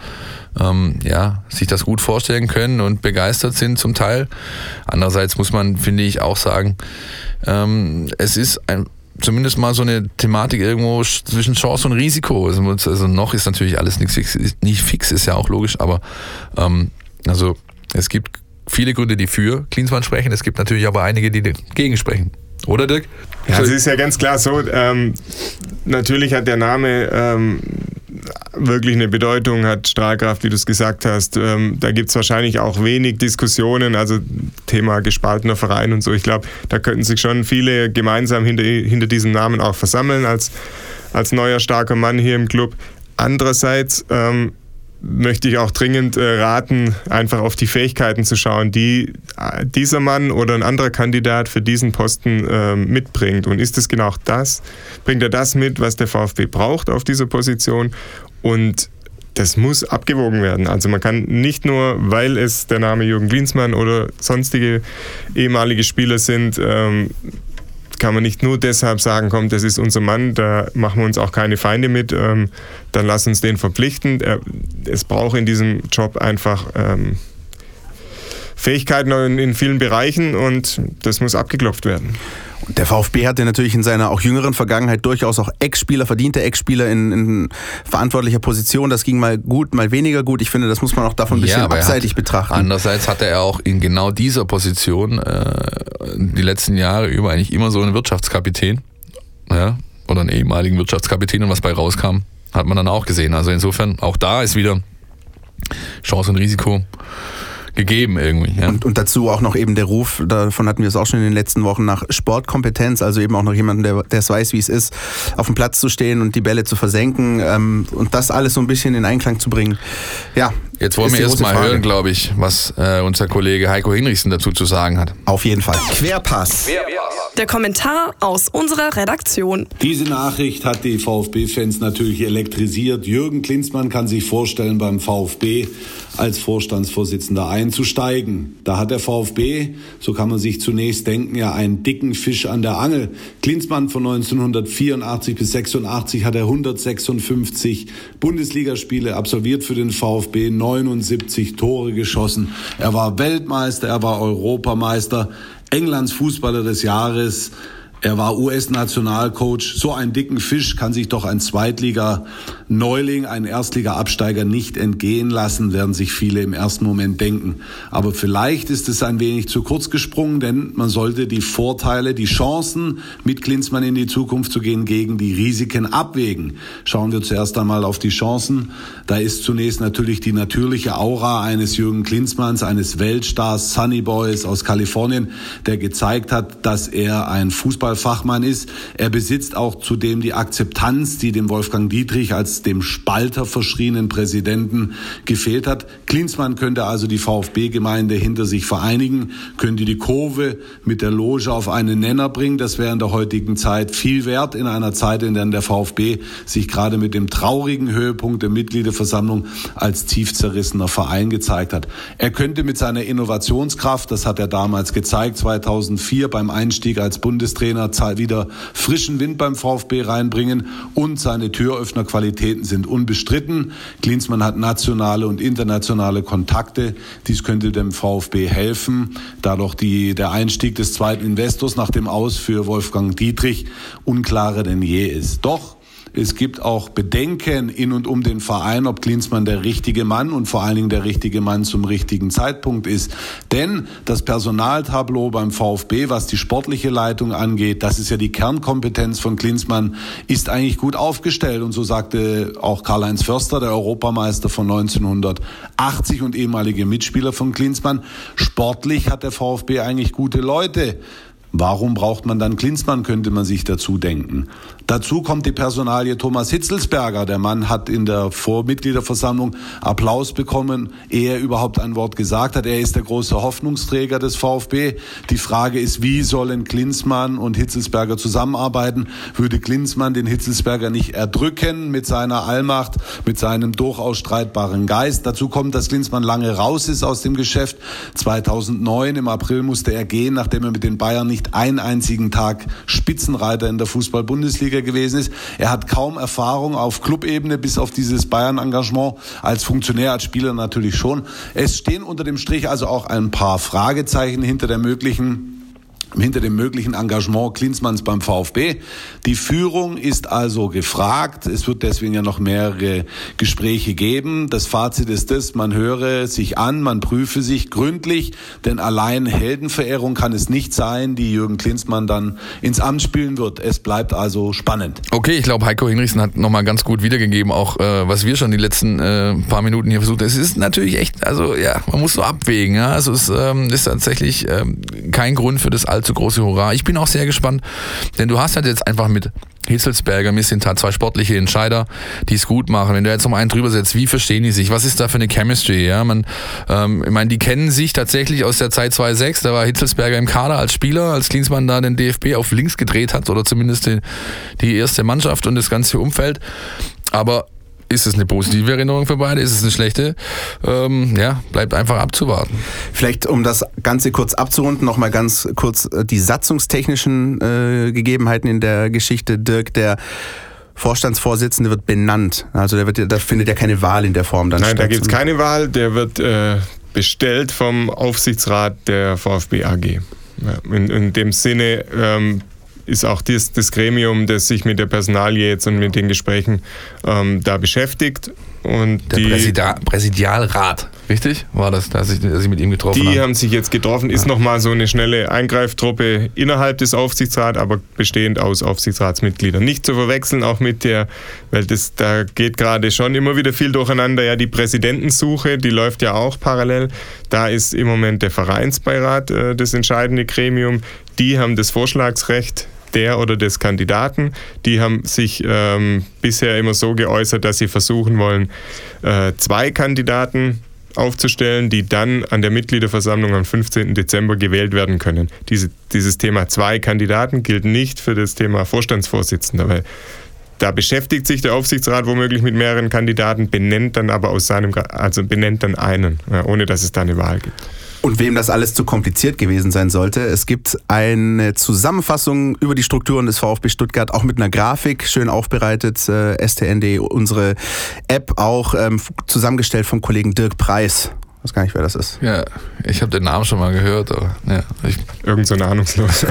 sich das gut vorstellen können und begeistert sind zum Teil. Andererseits muss man, finde ich, auch sagen, es ist zumindest mal so eine Thematik irgendwo zwischen Chance und Risiko. Also noch ist natürlich alles nicht fix, ist ja auch logisch, aber also es gibt viele Gründe, die für Klinsmann sprechen, es gibt natürlich aber einige, die dagegen sprechen. Oder Dirk? Ja, es ist ja ganz klar so, natürlich hat der Name wirklich eine Bedeutung, hat Strahlkraft, wie du es gesagt hast. Da gibt es wahrscheinlich auch wenig Diskussionen, also Thema gespaltener Verein und so. Ich glaube, da könnten sich schon viele gemeinsam hinter diesem Namen auch versammeln als neuer starker Mann hier im Club. Andererseits möchte ich auch dringend raten, einfach auf die Fähigkeiten zu schauen, die dieser Mann oder ein anderer Kandidat für diesen Posten mitbringt. Und ist es genau das? Bringt er das mit, was der VfB braucht auf dieser Position? Und das muss abgewogen werden. Also man kann nicht nur, weil es der Name Jürgen Klinsmann oder sonstige ehemalige Spieler sind, kann man nicht nur deshalb sagen, komm, das ist unser Mann, da machen wir uns auch keine Feinde mit, dann lass uns den verpflichten. Es braucht in diesem Job einfach Fähigkeiten in vielen Bereichen und das muss abgeklopft werden. Und der VfB hatte natürlich in seiner auch jüngeren Vergangenheit durchaus auch verdiente Ex-Spieler in verantwortlicher Position. Das ging mal gut, mal weniger gut. Ich finde, das muss man auch davon ein bisschen abseitig betrachten. Andererseits hatte er auch in genau dieser Position die letzten Jahre über eigentlich immer so einen Wirtschaftskapitän, ja, oder einen ehemaligen Wirtschaftskapitän, und was bei rauskam, hat man dann auch gesehen. Also insofern, auch da ist wieder Chance und Risiko gegeben irgendwie. Ja. Und dazu auch noch eben der Ruf, davon hatten wir es auch schon in den letzten Wochen, nach Sportkompetenz, also eben auch noch jemanden, der es weiß, wie es ist, auf dem Platz zu stehen und die Bälle zu versenken und das alles so ein bisschen in Einklang zu bringen. Ja. Jetzt wollen wir erst mal hören, glaube ich, was unser Kollege Heiko Hinrichsen dazu zu sagen hat. Auf jeden Fall. Querpass. Der Kommentar aus unserer Redaktion. Diese Nachricht hat die VfB-Fans natürlich elektrisiert. Jürgen Klinsmann kann sich vorstellen, beim VfB als Vorstandsvorsitzender einzusteigen. Da hat der VfB, so kann man sich zunächst denken, ja einen dicken Fisch an der Angel. Klinsmann von 1984 bis 86 hat er 156 Bundesligaspiele absolviert für den VfB, 79 Tore geschossen. Er war Weltmeister, er war Europameister, Englands Fußballer des Jahres. Er war US-Nationalcoach. So einen dicken Fisch kann sich doch ein Zweitliga-Neuling, ein Erstliga-Absteiger nicht entgehen lassen, werden sich viele im ersten Moment denken. Aber vielleicht ist es ein wenig zu kurz gesprungen, denn man sollte die Vorteile, die Chancen, mit Klinsmann in die Zukunft zu gehen, gegen die Risiken abwägen. Schauen wir zuerst einmal auf die Chancen. Da ist zunächst natürlich die natürliche Aura eines Jürgen Klinsmanns, eines Weltstars, Sunny Boys aus Kalifornien, der gezeigt hat, dass er ein Fußballfachmann ist. Er besitzt auch zudem die Akzeptanz, die dem Wolfgang Dietrich als dem Spalter verschrienen Präsidenten gefehlt hat. Klinsmann könnte also die VfB-Gemeinde hinter sich vereinigen, könnte die Kurve mit der Loge auf einen Nenner bringen. Das wäre in der heutigen Zeit viel wert, in einer Zeit, in der der VfB sich gerade mit dem traurigen Höhepunkt der Mitgliederversammlung als tief zerrissener Verein gezeigt hat. Er könnte mit seiner Innovationskraft, das hat er damals gezeigt, 2004 beim Einstieg als Bundestrainer, wieder frischen Wind beim VfB reinbringen und seine Türöffnerqualitäten sind unbestritten. Klinsmann hat nationale und internationale Kontakte. Dies könnte dem VfB helfen, da doch der Einstieg des zweiten Investors nach dem Aus für Wolfgang Dietrich unklarer denn je ist. Doch es gibt auch Bedenken in und um den Verein, ob Klinsmann der richtige Mann und vor allen Dingen der richtige Mann zum richtigen Zeitpunkt ist. Denn das Personaltableau beim VfB, was die sportliche Leitung angeht, das ist ja die Kernkompetenz von Klinsmann, ist eigentlich gut aufgestellt. Und so sagte auch Karl-Heinz Förster, der Europameister von 1980 und ehemalige Mitspieler von Klinsmann, sportlich hat der VfB eigentlich gute Leute. Warum braucht man dann Klinsmann, könnte man sich dazu denken. Dazu kommt die Personalie Thomas Hitzelsberger. Der Mann hat in der Vormitgliederversammlung Applaus bekommen, ehe er überhaupt ein Wort gesagt hat. Er ist der große Hoffnungsträger des VfB. Die Frage ist, wie sollen Klinsmann und Hitzelsberger zusammenarbeiten? Würde Klinsmann den Hitzelsberger nicht erdrücken mit seiner Allmacht, mit seinem durchaus streitbaren Geist? Dazu kommt, dass Klinsmann lange raus ist aus dem Geschäft. 2009 im April musste er gehen, nachdem er mit den Bayern nicht einen einzigen Tag Spitzenreiter in der Fußball-Bundesliga gewesen ist. Er hat kaum Erfahrung auf Clubebene, bis auf dieses Bayern-Engagement, als Funktionär, als Spieler natürlich schon. Es stehen unter dem Strich also auch ein paar Fragezeichen hinter dem möglichen Engagement Klinsmanns beim VfB. Die Führung ist also gefragt. Es wird deswegen ja noch mehrere Gespräche geben. Das Fazit ist das, man höre sich an, man prüfe sich gründlich, denn allein Heldenverehrung kann es nicht sein, die Jürgen Klinsmann dann ins Amt spielen wird. Es bleibt also spannend. Okay, ich glaube, Heiko Hinrichsen hat nochmal ganz gut wiedergegeben, auch was wir schon die letzten paar Minuten hier versucht haben. Es ist natürlich echt, also ja, man muss so abwägen. Ja? Also es ist tatsächlich kein Grund für das allzu große Hurra. Ich bin auch sehr gespannt, denn du hast halt jetzt einfach mit Hitzelsberger, Mislintat, zwei sportliche Entscheider, die es gut machen. Wenn du jetzt noch einen drüber setzt, wie verstehen die sich? Was ist da für eine Chemistry? Ja, ich meine, die kennen sich tatsächlich aus der Zeit 2006. Da war Hitzelsberger im Kader als Spieler, als Klinsmann da den DFB auf links gedreht hat oder zumindest die erste Mannschaft und das ganze Umfeld. Aber ist es eine positive Erinnerung für beide? Ist es eine schlechte? Bleibt einfach abzuwarten. Vielleicht, um das Ganze kurz abzurunden, nochmal ganz kurz die satzungstechnischen Gegebenheiten in der Geschichte. Dirk, der Vorstandsvorsitzende wird benannt. Also da findet ja keine Wahl in der Form dann statt. Nein, da gibt es keine Wahl. Der wird bestellt vom Aufsichtsrat der VfB AG. Ja, in dem Sinne ist auch das Gremium, das sich mit der Personalie jetzt und mit den Gesprächen da beschäftigt. Und der Präsidialrat. richtig? War das, dass ich mit ihm getroffen habe? Die haben sich jetzt getroffen, ist nochmal so eine schnelle Eingreiftruppe innerhalb des Aufsichtsrats, aber bestehend aus Aufsichtsratsmitgliedern. Nicht zu verwechseln auch mit weil da geht gerade schon immer wieder viel durcheinander, ja, die Präsidentensuche, die läuft ja auch parallel. Da ist im Moment der Vereinsbeirat das entscheidende Gremium. Die haben das Vorschlagsrecht der oder des Kandidaten. Die haben sich bisher immer so geäußert, dass sie versuchen wollen, 2 Kandidaten aufzustellen, die dann an der Mitgliederversammlung am 15. Dezember gewählt werden können. Dieses Thema 2 Kandidaten gilt nicht für das Thema Vorstandsvorsitzender, weil da beschäftigt sich der Aufsichtsrat womöglich mit mehreren Kandidaten, benennt dann einen, ohne dass es da eine Wahl gibt. Und wem das alles zu kompliziert gewesen sein sollte, es gibt eine Zusammenfassung über die Strukturen des VfB Stuttgart, auch mit einer Grafik, schön aufbereitet, stn.de, unsere App auch zusammengestellt vom Kollegen Dirk Preis. Ich weiß gar nicht, wer das ist. Ja, ich habe den Namen schon mal gehört. Aber, ja, Irgend so ein ahnungslos.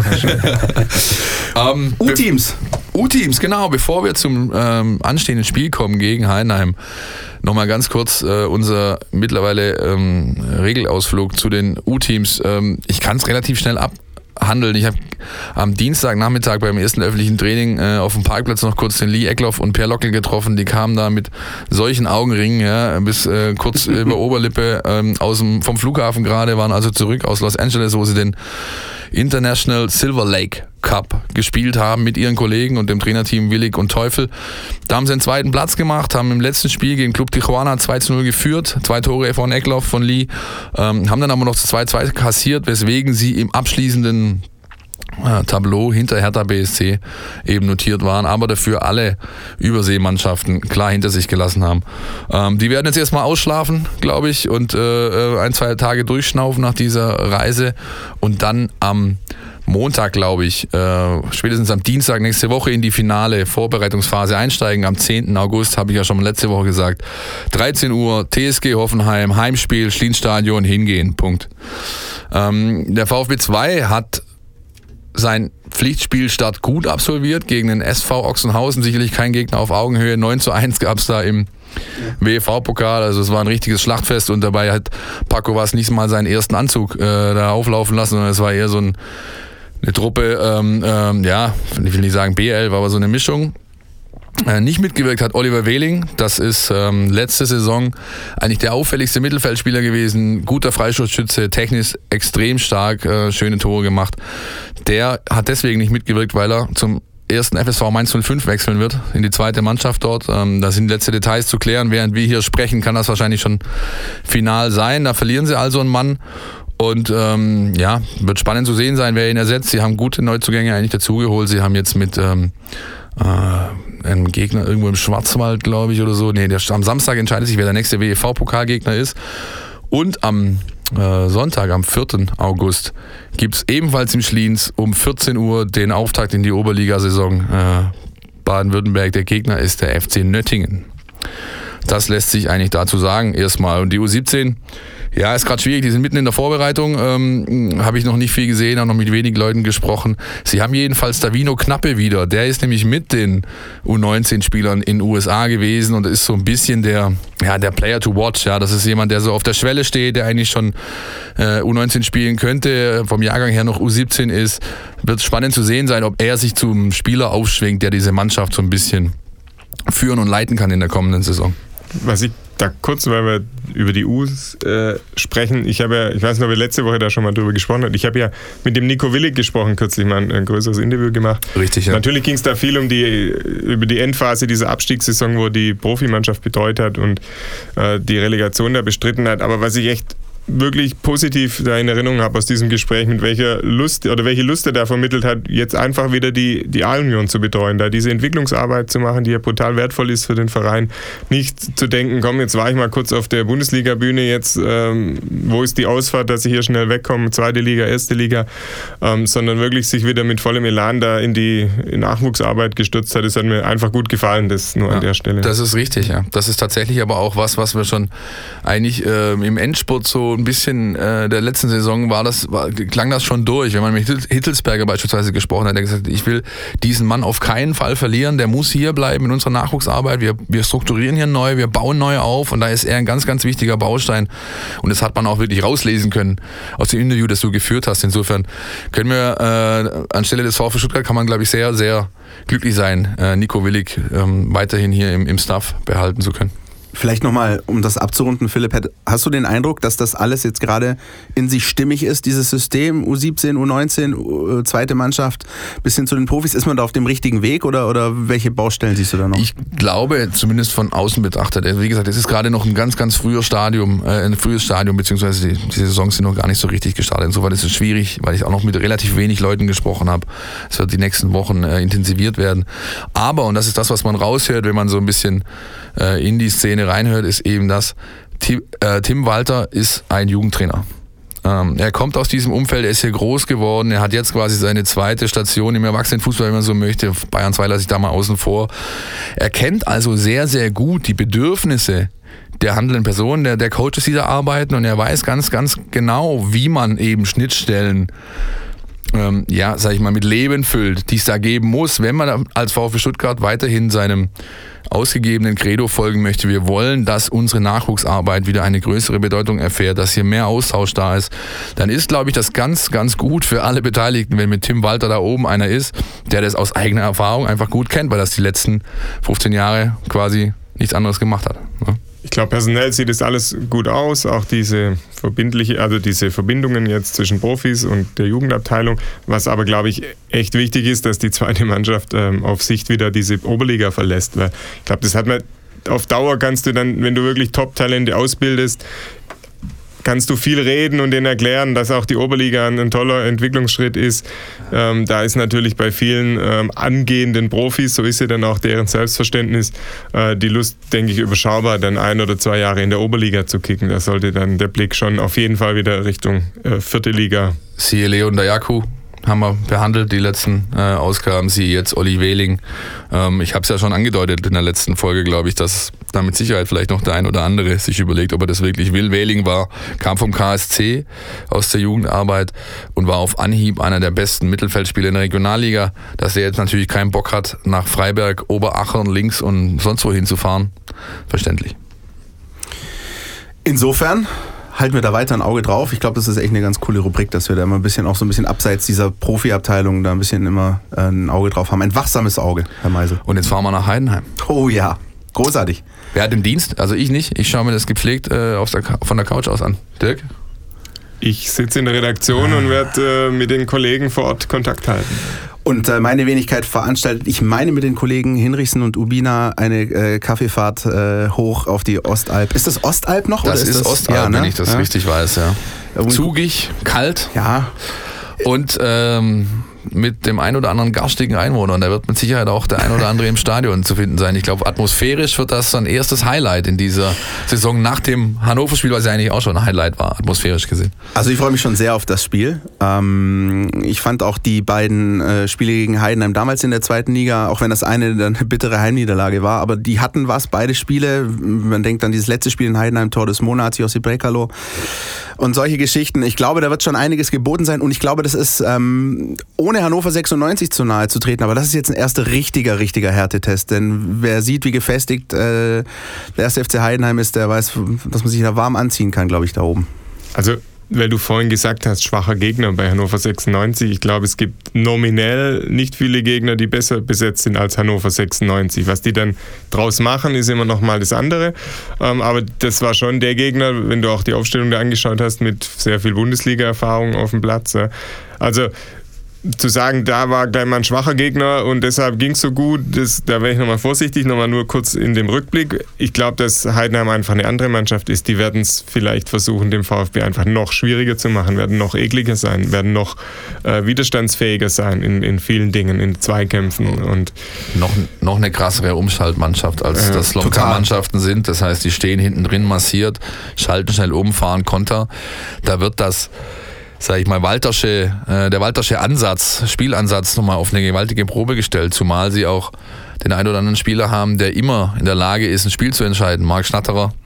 U-Teams, genau. Bevor wir zum anstehenden Spiel kommen gegen Heidenheim, nochmal ganz kurz unser mittlerweile Regelausflug zu den U-Teams. Ich kann es relativ schnell abhandeln. Ich habe am Dienstagnachmittag beim ersten öffentlichen Training auf dem Parkplatz noch kurz den Lee Eckloff und Per Lockel getroffen. Die kamen da mit solchen Augenringen, ja, bis kurz über Oberlippe vom Flughafen gerade, waren also zurück aus Los Angeles, wo sie den International Silver Lake Cup gespielt haben mit ihren Kollegen und dem Trainerteam Willig und Teufel. Da haben sie den zweiten Platz gemacht, haben im letzten Spiel gegen Club Tijuana 2-0 geführt, 2 Tore von Eckloff, von Lee, haben dann aber noch 2-2 kassiert, weswegen sie im abschließenden Tableau hinter Hertha BSC eben notiert waren, aber dafür alle Überseemannschaften klar hinter sich gelassen haben. Die werden jetzt erstmal ausschlafen, glaube ich, und 1-2 Tage durchschnaufen nach dieser Reise und dann am Montag, glaube ich, spätestens am Dienstag nächste Woche in die finale Vorbereitungsphase einsteigen. Am 10. August, habe ich ja schon letzte Woche gesagt, 13 Uhr, TSG Hoffenheim, Heimspiel, Schlienstadion, hingehen, Punkt. Der VfB 2 hat sein Pflichtspielstart gut absolviert gegen den SV Ochsenhausen, sicherlich kein Gegner auf Augenhöhe. 9-1 gab es da im WEV-Pokal, also es war ein richtiges Schlachtfest und dabei hat Paco was nicht mal seinen ersten Anzug da auflaufen lassen, sondern es war eher so eine Truppe, ich will nicht sagen B11, aber so eine Mischung. Nicht mitgewirkt hat Oliver Wehling, das ist letzte Saison eigentlich der auffälligste Mittelfeldspieler gewesen, guter Freistoßschütze, technisch extrem stark, schöne Tore gemacht. Der hat deswegen nicht mitgewirkt, weil er zum ersten FSV Mainz 05 wechseln wird, in die zweite Mannschaft dort. Da sind letzte Details zu klären, während wir hier sprechen, kann das wahrscheinlich schon final sein. Da verlieren sie also einen Mann. Und wird spannend zu sehen sein, wer ihn ersetzt. Sie haben gute Neuzugänge eigentlich dazugeholt. Sie haben jetzt mit einem Gegner irgendwo im Schwarzwald, glaube ich, oder so. Am Samstag entscheidet sich, wer der nächste WEV-Pokalgegner ist. Und am Sonntag, am 4. August, gibt es ebenfalls im Schliens um 14 Uhr den Auftakt in die Oberligasaison. Baden-Württemberg, der Gegner ist der FC Nöttingen. Das lässt sich eigentlich dazu sagen erstmal. Und die U17, ja, ist gerade schwierig, die sind mitten in der Vorbereitung, habe ich noch nicht viel gesehen, habe noch mit wenigen Leuten gesprochen. Sie haben jedenfalls Davino Knappe wieder, der ist nämlich mit den U19-Spielern in den USA gewesen und ist so ein bisschen der Player to watch, ja, das ist jemand, der so auf der Schwelle steht, der eigentlich schon U19 spielen könnte, vom Jahrgang her noch U17 ist. Wird spannend zu sehen sein, ob er sich zum Spieler aufschwingt, der diese Mannschaft so ein bisschen führen und leiten kann in der kommenden Saison. Was ich da kurz, weil wir über die U's sprechen, ich weiß nicht, ob wir letzte Woche da schon mal drüber gesprochen haben, ich habe ja mit dem Nico Willig gesprochen, kürzlich mal ein größeres Interview gemacht. Richtig, ja. Natürlich ging es da viel über die Endphase dieser Abstiegssaison, wo die Profimannschaft betreut hat und die Relegation da bestritten hat, aber was ich echt wirklich positiv da in Erinnerung habe aus diesem Gespräch, mit welcher Lust oder welche Lust er da vermittelt hat, jetzt einfach wieder die A-Union zu betreuen, da diese Entwicklungsarbeit zu machen, die ja brutal wertvoll ist für den Verein. Nicht zu denken, komm, jetzt war ich mal kurz auf der Bundesliga-Bühne, jetzt wo ist die Ausfahrt, dass ich hier schnell wegkomme, zweite Liga, erste Liga, sondern wirklich sich wieder mit vollem Elan da in die Nachwuchsarbeit gestürzt hat. Das hat mir einfach gut gefallen, das nur an der Stelle. Das ist richtig, ja. Das ist tatsächlich aber auch was wir schon eigentlich im Endspurt so so ein bisschen der letzten Saison klang das schon durch. Wenn man mit Hitzelsberger beispielsweise gesprochen hat, der gesagt, ich will diesen Mann auf keinen Fall verlieren, der muss hier bleiben in unserer Nachwuchsarbeit. Wir strukturieren hier neu, wir bauen neu auf und da ist er ein ganz, ganz wichtiger Baustein. Und das hat man auch wirklich rauslesen können aus dem Interview, das du geführt hast. Insofern können wir anstelle des VfB Stuttgart kann man, glaube ich, sehr, sehr glücklich sein, Nico Willig weiterhin hier im Staff behalten zu können. Vielleicht nochmal, um das abzurunden, Philipp, hast du den Eindruck, dass das alles jetzt gerade in sich stimmig ist, dieses System, U17, U19, zweite Mannschaft, bis hin zu den Profis? Ist man da auf dem richtigen Weg oder welche Baustellen siehst du da noch? Ich glaube, zumindest von außen betrachtet, wie gesagt, es ist gerade noch ein ganz, ganz frühes Stadium, beziehungsweise die Saisons sind noch gar nicht so richtig gestartet. Insofern ist es schwierig, weil ich auch noch mit relativ wenig Leuten gesprochen habe. Es wird die nächsten Wochen intensiviert werden. Aber, und das ist das, was man raushört, wenn man so ein bisschen in die Szene reinhört, ist eben das, Tim Walter ist ein Jugendtrainer. Er kommt aus diesem Umfeld, er ist hier groß geworden, er hat jetzt quasi seine zweite Station im Erwachsenenfußball, wenn man so möchte. Bayern 2 lasse ich da mal außen vor. Er kennt also sehr, sehr gut die Bedürfnisse der handelnden Personen, der Coaches, die da arbeiten, und er weiß ganz, ganz genau, wie man eben Schnittstellen mit Leben füllt, die es da geben muss, wenn man als VfB Stuttgart weiterhin seinem ausgegebenen Credo folgen möchte. Wir wollen, dass unsere Nachwuchsarbeit wieder eine größere Bedeutung erfährt, dass hier mehr Austausch da ist. Dann ist, glaube ich, das ganz, ganz gut für alle Beteiligten, wenn mit Tim Walter da oben einer ist, der das aus eigener Erfahrung einfach gut kennt, weil das die letzten 15 Jahre quasi nichts anderes gemacht hat. Ja. Ich glaube, personell sieht es alles gut aus, auch diese Verbindungen jetzt zwischen Profis und der Jugendabteilung. Was aber, glaube ich, echt wichtig ist, dass die zweite Mannschaft auf Sicht wieder diese Oberliga verlässt. Weil ich glaube, das hat man auf Dauer, kannst du dann, wenn du wirklich Top-Talente ausbildest, kannst du viel reden und denen erklären, dass auch die Oberliga ein toller Entwicklungsschritt ist. Da ist natürlich bei vielen angehenden Profis, so ist ja dann auch deren Selbstverständnis, die Lust, denke ich, überschaubar, dann 1 oder 2 Jahre in der Oberliga zu kicken. Da sollte dann der Blick schon auf jeden Fall wieder Richtung 4. Liga. Siehe Leon Dayaku. Haben wir behandelt, die letzten Ausgaben, sie jetzt Olli Wehling. Ich habe es ja schon angedeutet in der letzten Folge, glaube ich, dass da mit Sicherheit vielleicht noch der ein oder andere sich überlegt, ob er das wirklich will. Wehling kam vom KSC aus der Jugendarbeit und war auf Anhieb einer der besten Mittelfeldspieler in der Regionalliga. Dass er jetzt natürlich keinen Bock hat, nach Freiberg, Oberachern, links und sonst wohin zu fahren, verständlich. Insofern halten wir da weiter ein Auge drauf. Ich glaube, das ist echt eine ganz coole Rubrik, dass wir da immer ein bisschen abseits dieser Profiabteilung da ein bisschen immer ein Auge drauf haben. Ein wachsames Auge, Herr Meisel. Und jetzt fahren wir nach Heidenheim. Oh ja, großartig. Wer hat den Dienst? Also ich nicht. Ich schaue mir das gepflegt von der Couch aus an. Dirk? Ich sitze in der Redaktion und werde mit den Kollegen vor Ort Kontakt halten. Und meine Wenigkeit veranstaltet, ich meine mit den Kollegen Hinrichsen und Ubina, eine Kaffeefahrt hoch auf die Ostalb. Ist das Ostalb noch? Das oder ist Ostalb, ja, ne? Wenn ich das richtig weiß, ja. Zugig, kalt. Ja. Und mit dem ein oder anderen garstigen Einwohner. Und da wird mit Sicherheit auch der ein oder andere im Stadion zu finden sein. Ich glaube, atmosphärisch wird das ein erstes Highlight in dieser Saison nach dem Hannover-Spiel, was ja eigentlich auch schon ein Highlight war, atmosphärisch gesehen. Also ich freue mich schon sehr auf das Spiel. Ich fand auch die beiden Spiele gegen Heidenheim damals in der 2. Liga, auch wenn das eine dann eine bittere Heimniederlage war, aber die hatten was, beide Spiele. Man denkt an dieses letzte Spiel in Heidenheim, Tor des Monats, Josip Brekalo und solche Geschichten. Ich glaube, da wird schon einiges geboten sein und ich glaube, das ist ohne Hannover 96 zu nahe zu treten, aber das ist jetzt ein erster richtiger Härtetest, denn wer sieht, wie gefestigt der erste FC Heidenheim ist, der weiß, dass man sich da warm anziehen kann, glaube ich, da oben. Also, weil du vorhin gesagt hast, schwacher Gegner bei Hannover 96, ich glaube, es gibt nominell nicht viele Gegner, die besser besetzt sind als Hannover 96. Was die dann draus machen, ist immer noch mal das andere, aber das war schon der Gegner, wenn du auch die Aufstellung da angeschaut hast, mit sehr viel Bundesliga-Erfahrung auf dem Platz. Also zu sagen, da war gleich mal ein schwacher Gegner und deshalb ging es so gut, da wäre ich nochmal vorsichtig, nochmal nur kurz in dem Rückblick. Ich glaube, dass Heidenheim einfach eine andere Mannschaft ist. Die werden es vielleicht versuchen, dem VfB einfach noch schwieriger zu machen, werden noch ekliger sein, werden noch widerstandsfähiger sein in vielen Dingen, in Zweikämpfen. Und noch eine krassere Umschaltmannschaft, als das Lonka-Mannschaften sind. Das heißt, die stehen hinten drin massiert, schalten schnell um, fahren Konter. Da wird das, sag ich mal, der Waltersche Spielansatz nochmal auf eine gewaltige Probe gestellt, zumal sie auch den einen oder anderen Spieler haben, der immer in der Lage ist, ein Spiel zu entscheiden. Marc Schnatterer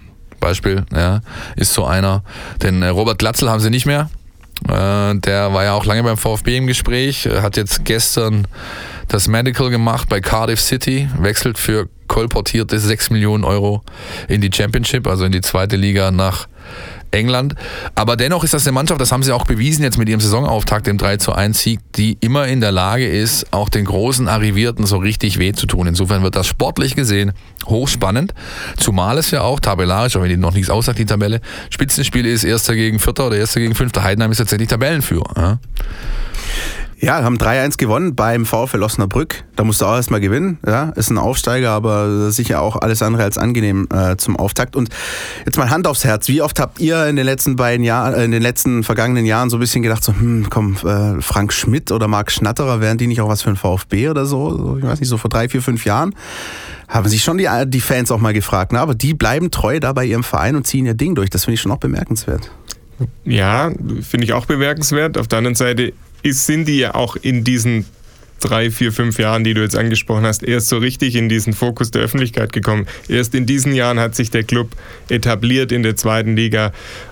Beispiel, ja, ist so einer. Den Robert Glatzel haben sie nicht mehr. Der war ja auch lange beim VfB im Gespräch, hat jetzt gestern das Medical gemacht bei Cardiff City, wechselt für kolportierte 6 Millionen Euro in die Championship, also in die zweite Liga nach England. Aber dennoch ist das eine Mannschaft, das haben sie auch bewiesen jetzt mit ihrem Saisonauftakt, dem 3:1-Sieg, die immer in der Lage ist, auch den großen Arrivierten so richtig weh zu tun. Insofern wird das sportlich gesehen hochspannend, zumal es ja auch tabellarisch, auch wenn die noch nichts aussagt, die Tabelle, Spitzenspiel ist, Erster gegen Vierter oder Erster gegen Fünfter. Heidenheim ist tatsächlich Tabellenführer. Ja? Ja, haben 3:1 gewonnen beim VfL Osnabrück. Da musst du auch erstmal gewinnen. Ja, ist ein Aufsteiger, aber sicher auch alles andere als angenehm zum Auftakt. Und jetzt mal Hand aufs Herz. Wie oft habt ihr in den letzten vergangenen Jahren so ein bisschen gedacht, so, Frank Schmidt oder Marc Schnatterer, wären die nicht auch was für ein VfB oder so? Ich weiß nicht, so vor 3, 4, 5 Jahren haben sich schon die Fans auch mal gefragt. Ne? Aber die bleiben treu da bei ihrem Verein und ziehen ihr Ding durch. Das finde ich schon auch bemerkenswert. Ja, finde ich auch bemerkenswert. Auf der anderen Seite sind die ja auch in diesen 3, 4, 5 Jahren, die du jetzt angesprochen hast, erst so richtig in diesen Fokus der Öffentlichkeit gekommen. Erst in diesen Jahren hat sich der Club etabliert in der zweiten Liga,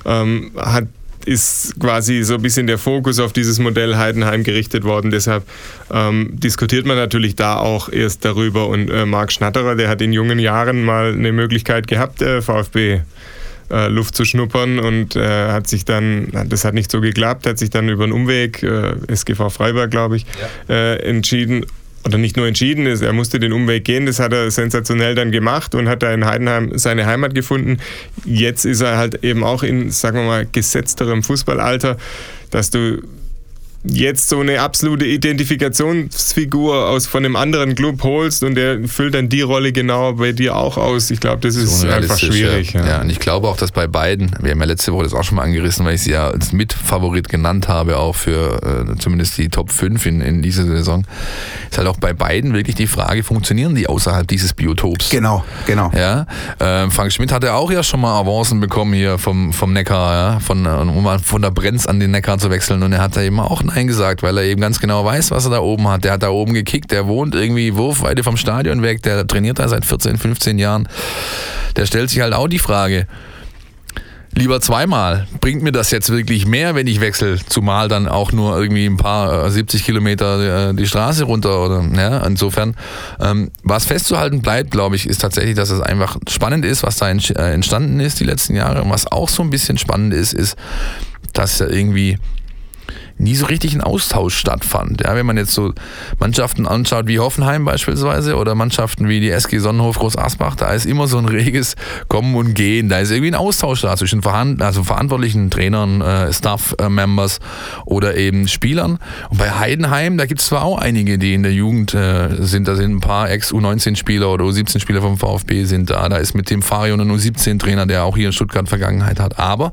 ist quasi so ein bisschen der Fokus auf dieses Modell Heidenheim gerichtet worden. Deshalb diskutiert man natürlich da auch erst darüber. Und Marc Schnatterer, der hat in jungen Jahren mal eine Möglichkeit gehabt, VfB Luft zu schnuppern und hat sich dann, das hat nicht so geklappt, hat sich dann über einen Umweg, SGV Freiburg, glaube ich, entschieden, oder nicht nur entschieden, er musste den Umweg gehen, das hat er sensationell dann gemacht und hat da in Heidenheim seine Heimat gefunden. Jetzt ist er halt eben auch in, sagen wir mal, gesetzterem Fußballalter, dass du jetzt so eine absolute Identifikationsfigur von einem anderen Club holst und der füllt dann die Rolle genau bei dir auch aus. Ich glaube, das ist einfach schwierig. Ja, und ich glaube auch, dass bei beiden, wir haben ja letzte Woche das auch schon mal angerissen, weil ich sie ja als Mitfavorit genannt habe, auch für zumindest die Top 5 in dieser Saison, ist halt auch bei beiden wirklich die Frage, funktionieren die außerhalb dieses Biotops? Genau. Ja, Frank Schmidt hatte auch ja schon mal Avancen bekommen hier vom Neckar, ja, um mal von der Brenz an den Neckar zu wechseln, und er hat da eben auch Nein gesagt, weil er eben ganz genau weiß, was er da oben hat. Der hat da oben gekickt, der wohnt irgendwie Wurfweite vom Stadion weg, der trainiert da seit 14, 15 Jahren. Der stellt sich halt auch die Frage, lieber zweimal, bringt mir das jetzt wirklich mehr, wenn ich wechsle, zumal dann auch nur irgendwie ein paar 70 Kilometer die Straße runter, oder, ja, insofern, was festzuhalten bleibt, glaube ich, ist tatsächlich, dass es einfach spannend ist, was da entstanden ist die letzten Jahre, und was auch so ein bisschen spannend ist, dass da irgendwie nie so richtig ein Austausch stattfand. Ja, wenn man jetzt so Mannschaften anschaut wie Hoffenheim beispielsweise oder Mannschaften wie die SG Sonnenhof Groß Asbach, da ist immer so ein reges Kommen und Gehen. Da ist irgendwie ein Austausch da zwischen verantwortlichen Trainern, Staff-Members oder eben Spielern. Und bei Heidenheim, da gibt es zwar auch einige, die in der Jugend sind, da sind ein paar Ex-U19-Spieler oder U17-Spieler vom VfB sind da. Da ist mit dem Farion ein U17-Trainer, der auch hier in Stuttgart Vergangenheit hat. Aber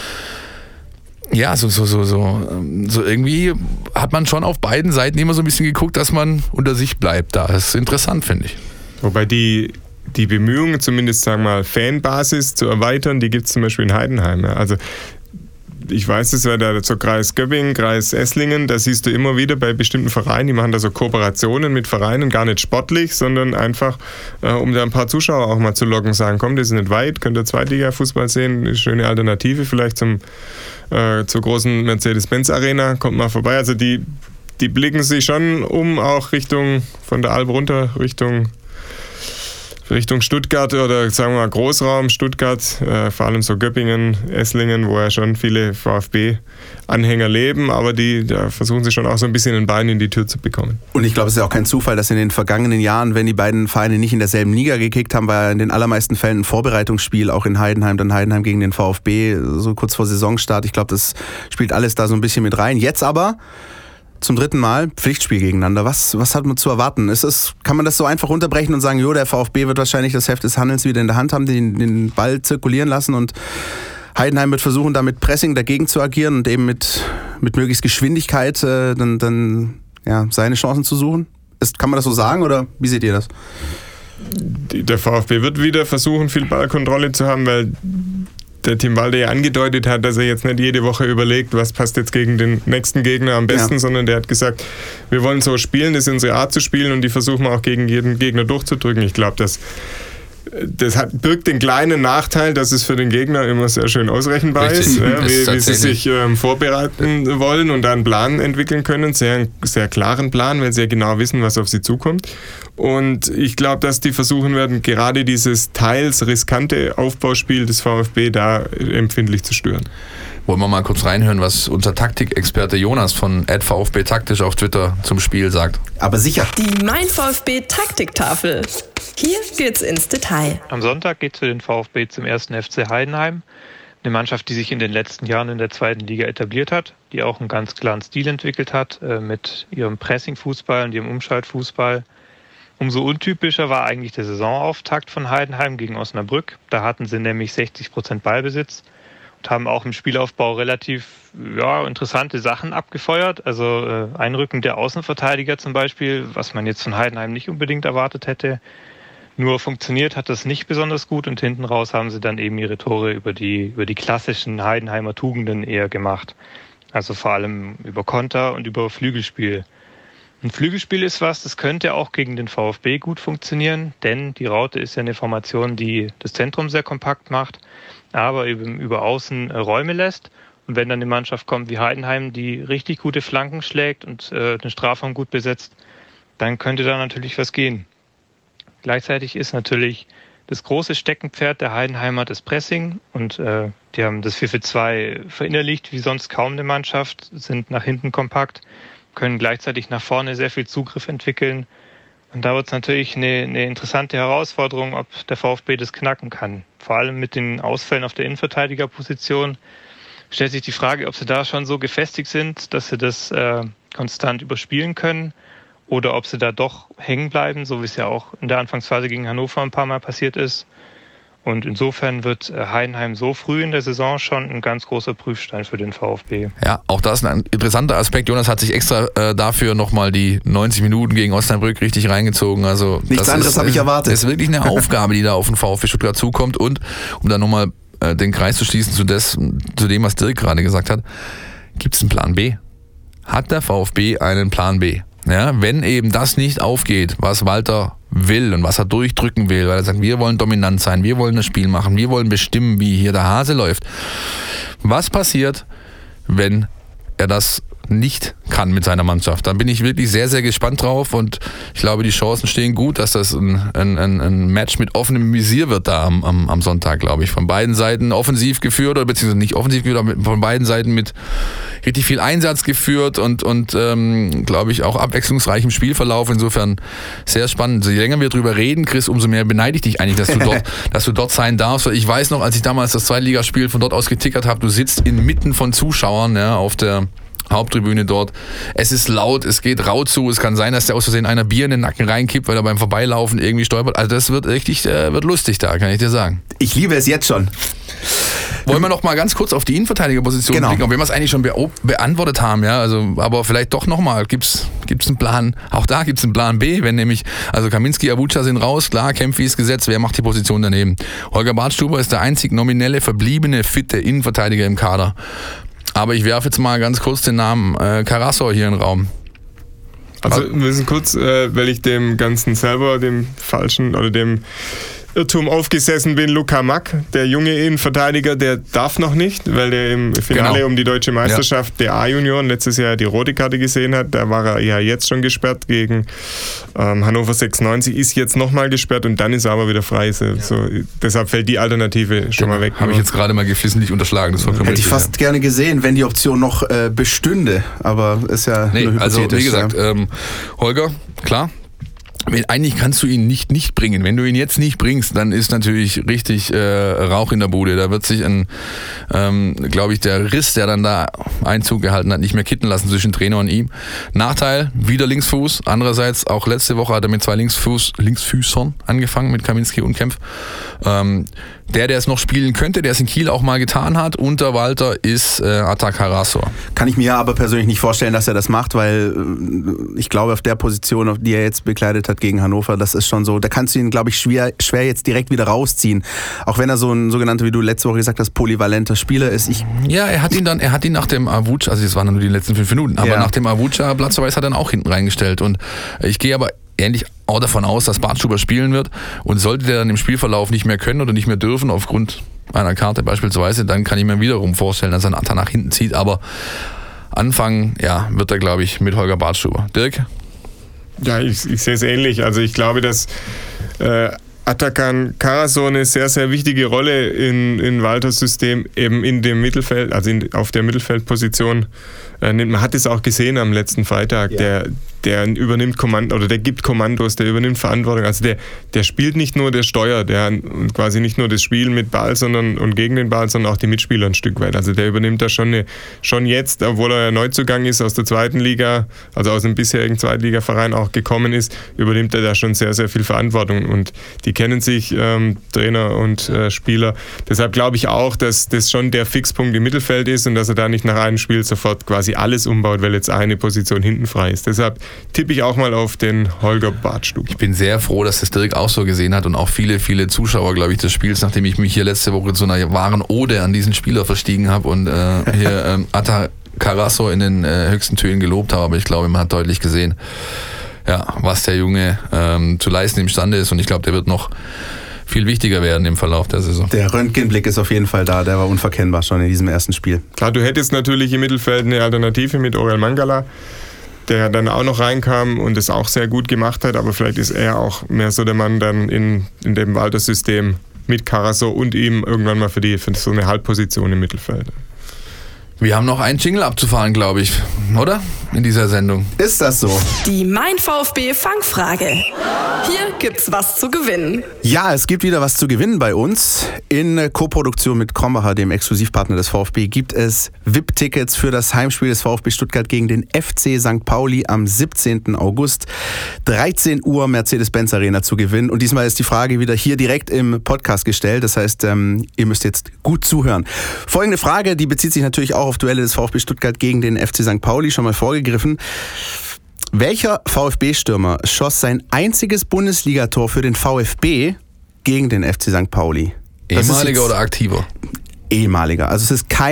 ja, so irgendwie hat man schon auf beiden Seiten immer so ein bisschen geguckt, dass man unter sich bleibt da. Das ist interessant, finde ich. Wobei die Bemühungen, zumindest sagen wir mal Fanbasis zu erweitern, die gibt es zum Beispiel in Heidenheim. Ja. Also ich weiß, es war da so Kreis Göppingen, Kreis Esslingen, da siehst du immer wieder bei bestimmten Vereinen, die machen da so Kooperationen mit Vereinen, gar nicht sportlich, sondern einfach, um da ein paar Zuschauer auch mal zu locken, sagen, komm, das ist nicht weit, könnt ihr Zweitliga-Fußball sehen, eine schöne Alternative vielleicht zur großen Mercedes-Benz-Arena, kommt mal vorbei. Also die blicken sich schon auch von der Alb runter, Richtung Stuttgart oder sagen wir mal Großraum Stuttgart, vor allem so Göppingen, Esslingen, wo ja schon viele VfB-Anhänger leben, aber da versuchen sie schon auch so ein bisschen ein Bein in die Tür zu bekommen. Und ich glaube, es ist ja auch kein Zufall, dass in den vergangenen Jahren, wenn die beiden Vereine nicht in derselben Liga gekickt haben, war ja in den allermeisten Fällen ein Vorbereitungsspiel, auch in Heidenheim, dann Heidenheim gegen den VfB, so kurz vor Saisonstart. Ich glaube, das spielt alles da so ein bisschen mit rein. Jetzt aber zum 3. Mal Pflichtspiel gegeneinander. Was hat man zu erwarten? Kann man das so einfach runterbrechen und sagen, der VfB wird wahrscheinlich das Heft des Handelns wieder in der Hand haben, den Ball zirkulieren lassen, und Heidenheim wird versuchen, da mit Pressing dagegen zu agieren und eben mit möglichst Geschwindigkeit dann seine Chancen zu suchen? Kann man das so sagen, oder wie seht ihr das? Der VfB wird wieder versuchen, viel Ballkontrolle zu haben, weil der Tim Walde ja angedeutet hat, dass er jetzt nicht jede Woche überlegt, was passt jetzt gegen den nächsten Gegner am besten, sondern der hat gesagt, wir wollen so spielen, das ist unsere Art zu spielen, und die versuchen wir auch gegen jeden Gegner durchzudrücken. Ich glaube, dass Das birgt den kleinen Nachteil, dass es für den Gegner immer sehr schön ausrechenbar ist, wie sie sich vorbereiten wollen und da einen Plan entwickeln können, sehr klaren Plan, weil sie ja genau wissen, was auf sie zukommt. Und ich glaube, dass die versuchen werden, gerade dieses teils riskante Aufbauspiel des VfB da empfindlich zu stören. Wollen wir mal kurz reinhören, was unser Taktikexperte Jonas von @VfB Taktisch auf Twitter zum Spiel sagt. Aber sicher. Die Mein VfB Taktiktafel. Hier geht's ins Detail. Am Sonntag geht's für den VfB zum 1. FC Heidenheim. Eine Mannschaft, die sich in den letzten Jahren in der 2. Liga etabliert hat, die auch einen ganz klaren Stil entwickelt hat mit ihrem Pressing-Fußball und ihrem Umschaltfußball. Umso untypischer war eigentlich der Saisonauftakt von Heidenheim gegen Osnabrück. Da hatten sie nämlich 60% Ballbesitz und haben auch im Spielaufbau relativ interessante Sachen abgefeuert. Also Einrücken der Außenverteidiger zum Beispiel, was man jetzt von Heidenheim nicht unbedingt erwartet hätte. Nur funktioniert hat das nicht besonders gut und hinten raus haben sie dann eben ihre Tore über die klassischen Heidenheimer Tugenden eher gemacht. Also vor allem über Konter und über Flügelspiel. Ein Flügelspiel ist das könnte auch gegen den VfB gut funktionieren, denn die Raute ist ja eine Formation, die das Zentrum sehr kompakt macht, aber eben über Außen Räume lässt. Und wenn dann eine Mannschaft kommt wie Heidenheim, die richtig gute Flanken schlägt und den Strafraum gut besetzt, dann könnte da natürlich was gehen. Gleichzeitig ist natürlich das große Steckenpferd der Heidenheimer das Pressing und die haben das 4-4-2 verinnerlicht wie sonst kaum eine Mannschaft, sind nach hinten kompakt, können gleichzeitig nach vorne sehr viel Zugriff entwickeln. Und da wird es natürlich eine interessante Herausforderung, ob der VfB das knacken kann. Vor allem mit den Ausfällen auf der Innenverteidigerposition stellt sich die Frage, ob sie da schon so gefestigt sind, dass sie das konstant überspielen können oder ob sie da doch hängen bleiben, so wie es ja auch in der Anfangsphase gegen Hannover ein paar Mal passiert ist. Und insofern wird Heidenheim so früh in der Saison schon ein ganz großer Prüfstein für den VfB. Ja, auch das ist ein interessanter Aspekt. Jonas hat sich extra dafür nochmal die 90 Minuten gegen Osnabrück richtig reingezogen. Also nichts anderes habe ich erwartet. Das ist wirklich eine Aufgabe, die da auf den VfB Stuttgart zukommt. Und um dann nochmal den Kreis zu schließen zu dem, was Dirk gerade gesagt hat, gibt es einen Plan B? Hat der VfB einen Plan B? Ja, wenn eben das nicht aufgeht, was Walter will und was er durchdrücken will, weil er sagt, wir wollen dominant sein, wir wollen das Spiel machen, wir wollen bestimmen, wie hier der Hase läuft. Was passiert, wenn er das nicht kann mit seiner Mannschaft? Dann bin ich wirklich sehr, sehr gespannt drauf und ich glaube, die Chancen stehen gut, dass das ein Match mit offenem Visier wird da am Sonntag, glaube ich. Von beiden Seiten offensiv geführt, oder beziehungsweise nicht offensiv geführt, aber von beiden Seiten mit richtig viel Einsatz geführt und glaube ich, auch abwechslungsreichem Spielverlauf. Insofern sehr spannend. Je länger wir drüber reden, Chris, umso mehr beneide ich dich eigentlich, dass du dort sein darfst. Ich weiß noch, als ich damals das Zweitligaspiel von dort aus getickert habe, du sitzt inmitten von Zuschauern, ja, auf der Haupttribüne dort. Es ist laut, es geht rau zu. Es kann sein, dass der aus Versehen einer Bier in den Nacken reinkippt, weil er beim Vorbeilaufen irgendwie stolpert. Also das wird richtig wird lustig da, kann ich dir sagen. Ich liebe es jetzt schon. Wollen wir noch mal ganz kurz auf die Innenverteidigerposition blicken, ob wir es eigentlich schon beantwortet haben, ja, also, aber vielleicht doch noch mal, gibt's einen Plan, auch da gibt's einen Plan B, wenn nämlich, also Kaminski, Avuca sind raus, klar, Kempfi ist gesetzt, wer macht die Position daneben? Holger Badstuber ist der einzig nominelle, verbliebene, fitte Innenverteidiger im Kader. Aber ich werfe jetzt mal ganz kurz den Namen Carasso hier in den Raum. Also wir müssen kurz, weil ich dem Ganzen selber, dem falschen oder dem Irrtum aufgesessen bin, Luka Mack, der junge Innenverteidiger, der darf noch nicht, weil der im Finale um die deutsche Meisterschaft der A-Junioren letztes Jahr die rote Karte gesehen hat. Da war er ja jetzt schon gesperrt gegen Hannover 96, ist jetzt nochmal gesperrt und dann ist er aber wieder frei. So, deshalb fällt die Alternative schon mal weg. Habe ich jetzt gerade mal geflissentlich unterschlagen. Das hätte ich fast gerne gesehen, wenn die Option noch bestünde, aber ist ja nur hypothetisch. Also wie gesagt, Holger, klar, eigentlich kannst du ihn nicht bringen. Wenn du ihn jetzt nicht bringst, dann ist natürlich richtig Rauch in der Bude. Da wird sich glaube ich, der Riss, der dann da Einzug gehalten hat, nicht mehr kitten lassen zwischen Trainer und ihm. Nachteil, wieder Linksfuß. Andererseits, auch letzte Woche hat er mit 2 Linksfüßern angefangen, mit Kaminski und Kempf. Der es noch spielen könnte, der es in Kiel auch mal getan hat, unter Walter, ist Atak Carasso. Kann ich mir aber persönlich nicht vorstellen, dass er das macht, weil ich glaube, auf der Position, auf die er jetzt bekleidet hat gegen Hannover, das ist schon so, da kannst du ihn, glaube ich, schwer jetzt direkt wieder rausziehen. Auch wenn er so ein sogenannter, wie du letzte Woche gesagt hast, polyvalenter Spieler ist. Er hat ihn nach dem Avuca, also das waren nur die letzten 5 Minuten, aber nach dem Avuca Platzverweis hat er dann auch hinten reingestellt und ich gehe aber ähnlich auch davon aus, dass Bartstuber spielen wird. Und sollte der dann im Spielverlauf nicht mehr können oder nicht mehr dürfen, aufgrund einer Karte beispielsweise, dann kann ich mir wiederum vorstellen, dass er einen Atta nach hinten zieht. Aber anfangen, ja, wird er, glaube ich, mit Holger Bartstuber. Dirk? Ja, ich sehe es ähnlich. Also ich glaube, dass Atakan Karaso eine sehr, sehr wichtige Rolle in Walters System eben in dem Mittelfeld, also auf der Mittelfeldposition nimmt. Man hat es auch gesehen am letzten Freitag. Ja. Der übernimmt der gibt Kommandos, der übernimmt Verantwortung. Also der spielt nicht nur, der steuert, der quasi nicht nur das Spiel mit Ball und gegen den Ball, sondern auch die Mitspieler ein Stück weit. Also der übernimmt da schon jetzt, obwohl er Neuzugang ist aus der zweiten Liga, also aus dem bisherigen Zweitligaverein auch gekommen ist, übernimmt er da schon sehr, sehr viel Verantwortung. Und die kennen sich, Trainer und Spieler. Deshalb glaube ich auch, dass das schon der Fixpunkt im Mittelfeld ist und dass er da nicht nach einem Spiel sofort quasi alles umbaut, weil jetzt eine Position hinten frei ist. Deshalb tippe ich auch mal auf den Holger Bartstuber. Ich bin sehr froh, dass das Dirk auch so gesehen hat und auch viele, viele Zuschauer, glaube ich, des Spiels, nachdem ich mich hier letzte Woche zu einer wahren Ode an diesen Spieler verstiegen habe und hier Atta Karaso in den höchsten Tönen gelobt habe. Aber ich glaube, man hat deutlich gesehen, ja, was der Junge zu leisten imstande ist, und ich glaube, der wird noch viel wichtiger werden im Verlauf der Saison. Der Röntgenblick ist auf jeden Fall da, der war unverkennbar schon in diesem ersten Spiel. Klar, du hättest natürlich im Mittelfeld eine Alternative mit Orel Mangala, der dann auch noch reinkam und es auch sehr gut gemacht hat, aber vielleicht ist er auch mehr so der Mann dann in dem Walter-System mit Karaso und ihm irgendwann mal für so eine Halbposition im Mittelfeld. Wir haben noch einen Jingle abzufahren, glaube ich, oder? In dieser Sendung. Ist das so? Die Mein VfB Fangfrage. Hier gibt's was zu gewinnen. Ja, es gibt wieder was zu gewinnen bei uns. In Koproduktion mit Krombacher, dem Exklusivpartner des VfB, gibt es VIP-Tickets für das Heimspiel des VfB Stuttgart gegen den FC St. Pauli am 17. August. 13 Uhr Mercedes-Benz Arena zu gewinnen. Und diesmal ist die Frage wieder hier direkt im Podcast gestellt. Das heißt, ihr müsst jetzt gut zuhören. Folgende Frage, die bezieht sich natürlich auch auf Duelle des VfB Stuttgart gegen den FC St. Pauli, schon mal vorgegriffen. Welcher VfB-Stürmer schoss sein einziges Bundesligator für den VfB gegen den FC St. Pauli? Ehemaliger oder aktiver? Ehemaliger. Also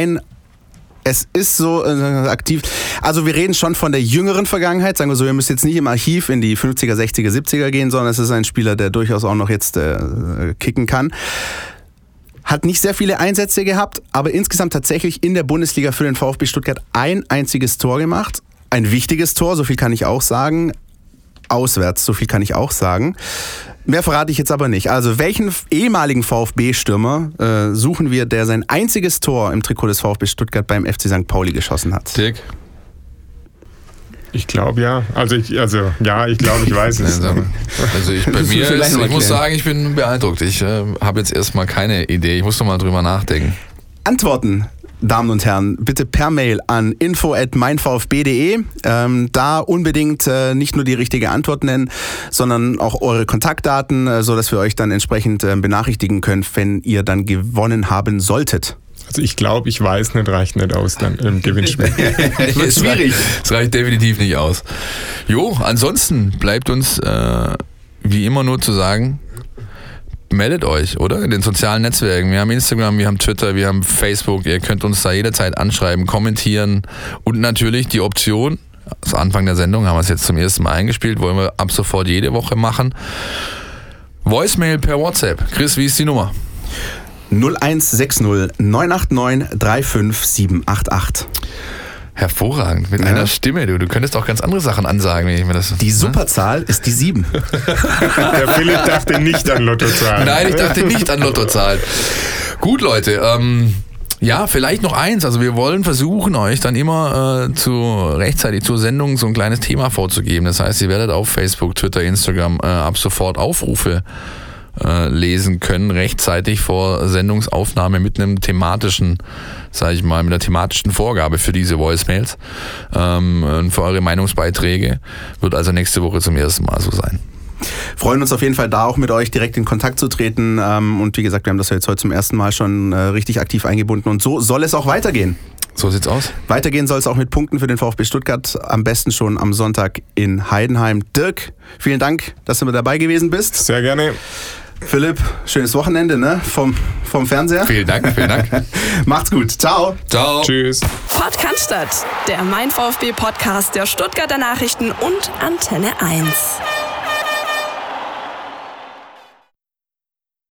es ist so aktiv. Also wir reden schon von der jüngeren Vergangenheit. Sagen wir so, ihr müsst jetzt nicht im Archiv in die 50er, 60er, 70er gehen, sondern es ist ein Spieler, der durchaus auch noch jetzt kicken kann. Hat nicht sehr viele Einsätze gehabt, aber insgesamt tatsächlich in der Bundesliga für den VfB Stuttgart ein einziges Tor gemacht. Ein wichtiges Tor, so viel kann ich auch sagen. Auswärts, so viel kann ich auch sagen. Mehr verrate ich jetzt aber nicht. Also welchen ehemaligen VfB-Stürmer suchen wir, der sein einziges Tor im Trikot des VfB Stuttgart beim FC St. Pauli geschossen hat? Dirk? Ich glaube ja. Ich glaube, ich weiß es. Also ich muss sagen, ich bin beeindruckt. Ich habe jetzt erstmal keine Idee. Ich muss noch mal drüber nachdenken. Antworten, Damen und Herren, bitte per Mail an info@meinvfb.de. Da unbedingt nicht nur die richtige Antwort nennen, sondern auch eure Kontaktdaten, sodass wir euch dann entsprechend benachrichtigen können, wenn ihr dann gewonnen haben solltet. Also ich glaube, ich weiß nicht, reicht nicht aus dann im Gewinnspiel. Wird schwierig. Es reicht definitiv nicht aus. Jo, ansonsten bleibt uns wie immer nur zu sagen, meldet euch, oder? In den sozialen Netzwerken. Wir haben Instagram, wir haben Twitter, wir haben Facebook. Ihr könnt uns da jederzeit anschreiben, kommentieren und natürlich die Option, also Anfang der Sendung haben wir es jetzt zum ersten Mal eingespielt, wollen wir ab sofort jede Woche machen. Voicemail per WhatsApp. Chris, wie ist die Nummer? 0160 989 35788. Hervorragend, mit einer Stimme. Du könntest auch ganz andere Sachen ansagen, wenn ich mir das... Die Superzahl ist die 7. Der Philipp dachte nicht an Lottozahlen. Nein, ich dachte nicht an Lottozahlen. Gut, Leute, ja, vielleicht noch eins. Also wir wollen versuchen, euch dann immer rechtzeitig zur Sendung so ein kleines Thema vorzugeben. Das heißt, ihr werdet auf Facebook, Twitter, Instagram ab sofort Aufrufe lesen können, rechtzeitig vor Sendungsaufnahme mit einem thematischen, sage ich mal, mit einer thematischen Vorgabe für diese Voicemails und für eure Meinungsbeiträge. Wird also nächste Woche zum ersten Mal so sein. Freuen uns auf jeden Fall da auch mit euch direkt in Kontakt zu treten und wie gesagt, wir haben das ja jetzt heute zum ersten Mal schon richtig aktiv eingebunden und so soll es auch weitergehen. So sieht's aus. Weitergehen soll es auch mit Punkten für den VfB Stuttgart, am besten schon am Sonntag in Heidenheim. Dirk, vielen Dank, dass du mit dabei gewesen bist. Sehr gerne. Philipp, schönes Wochenende, ne? Vom Fernseher. Vielen Dank. Macht's gut. Ciao. Ciao. Tschüss. Pott Cannstatt, der Mein VfB Podcast der Stuttgarter Nachrichten und Antenne 1.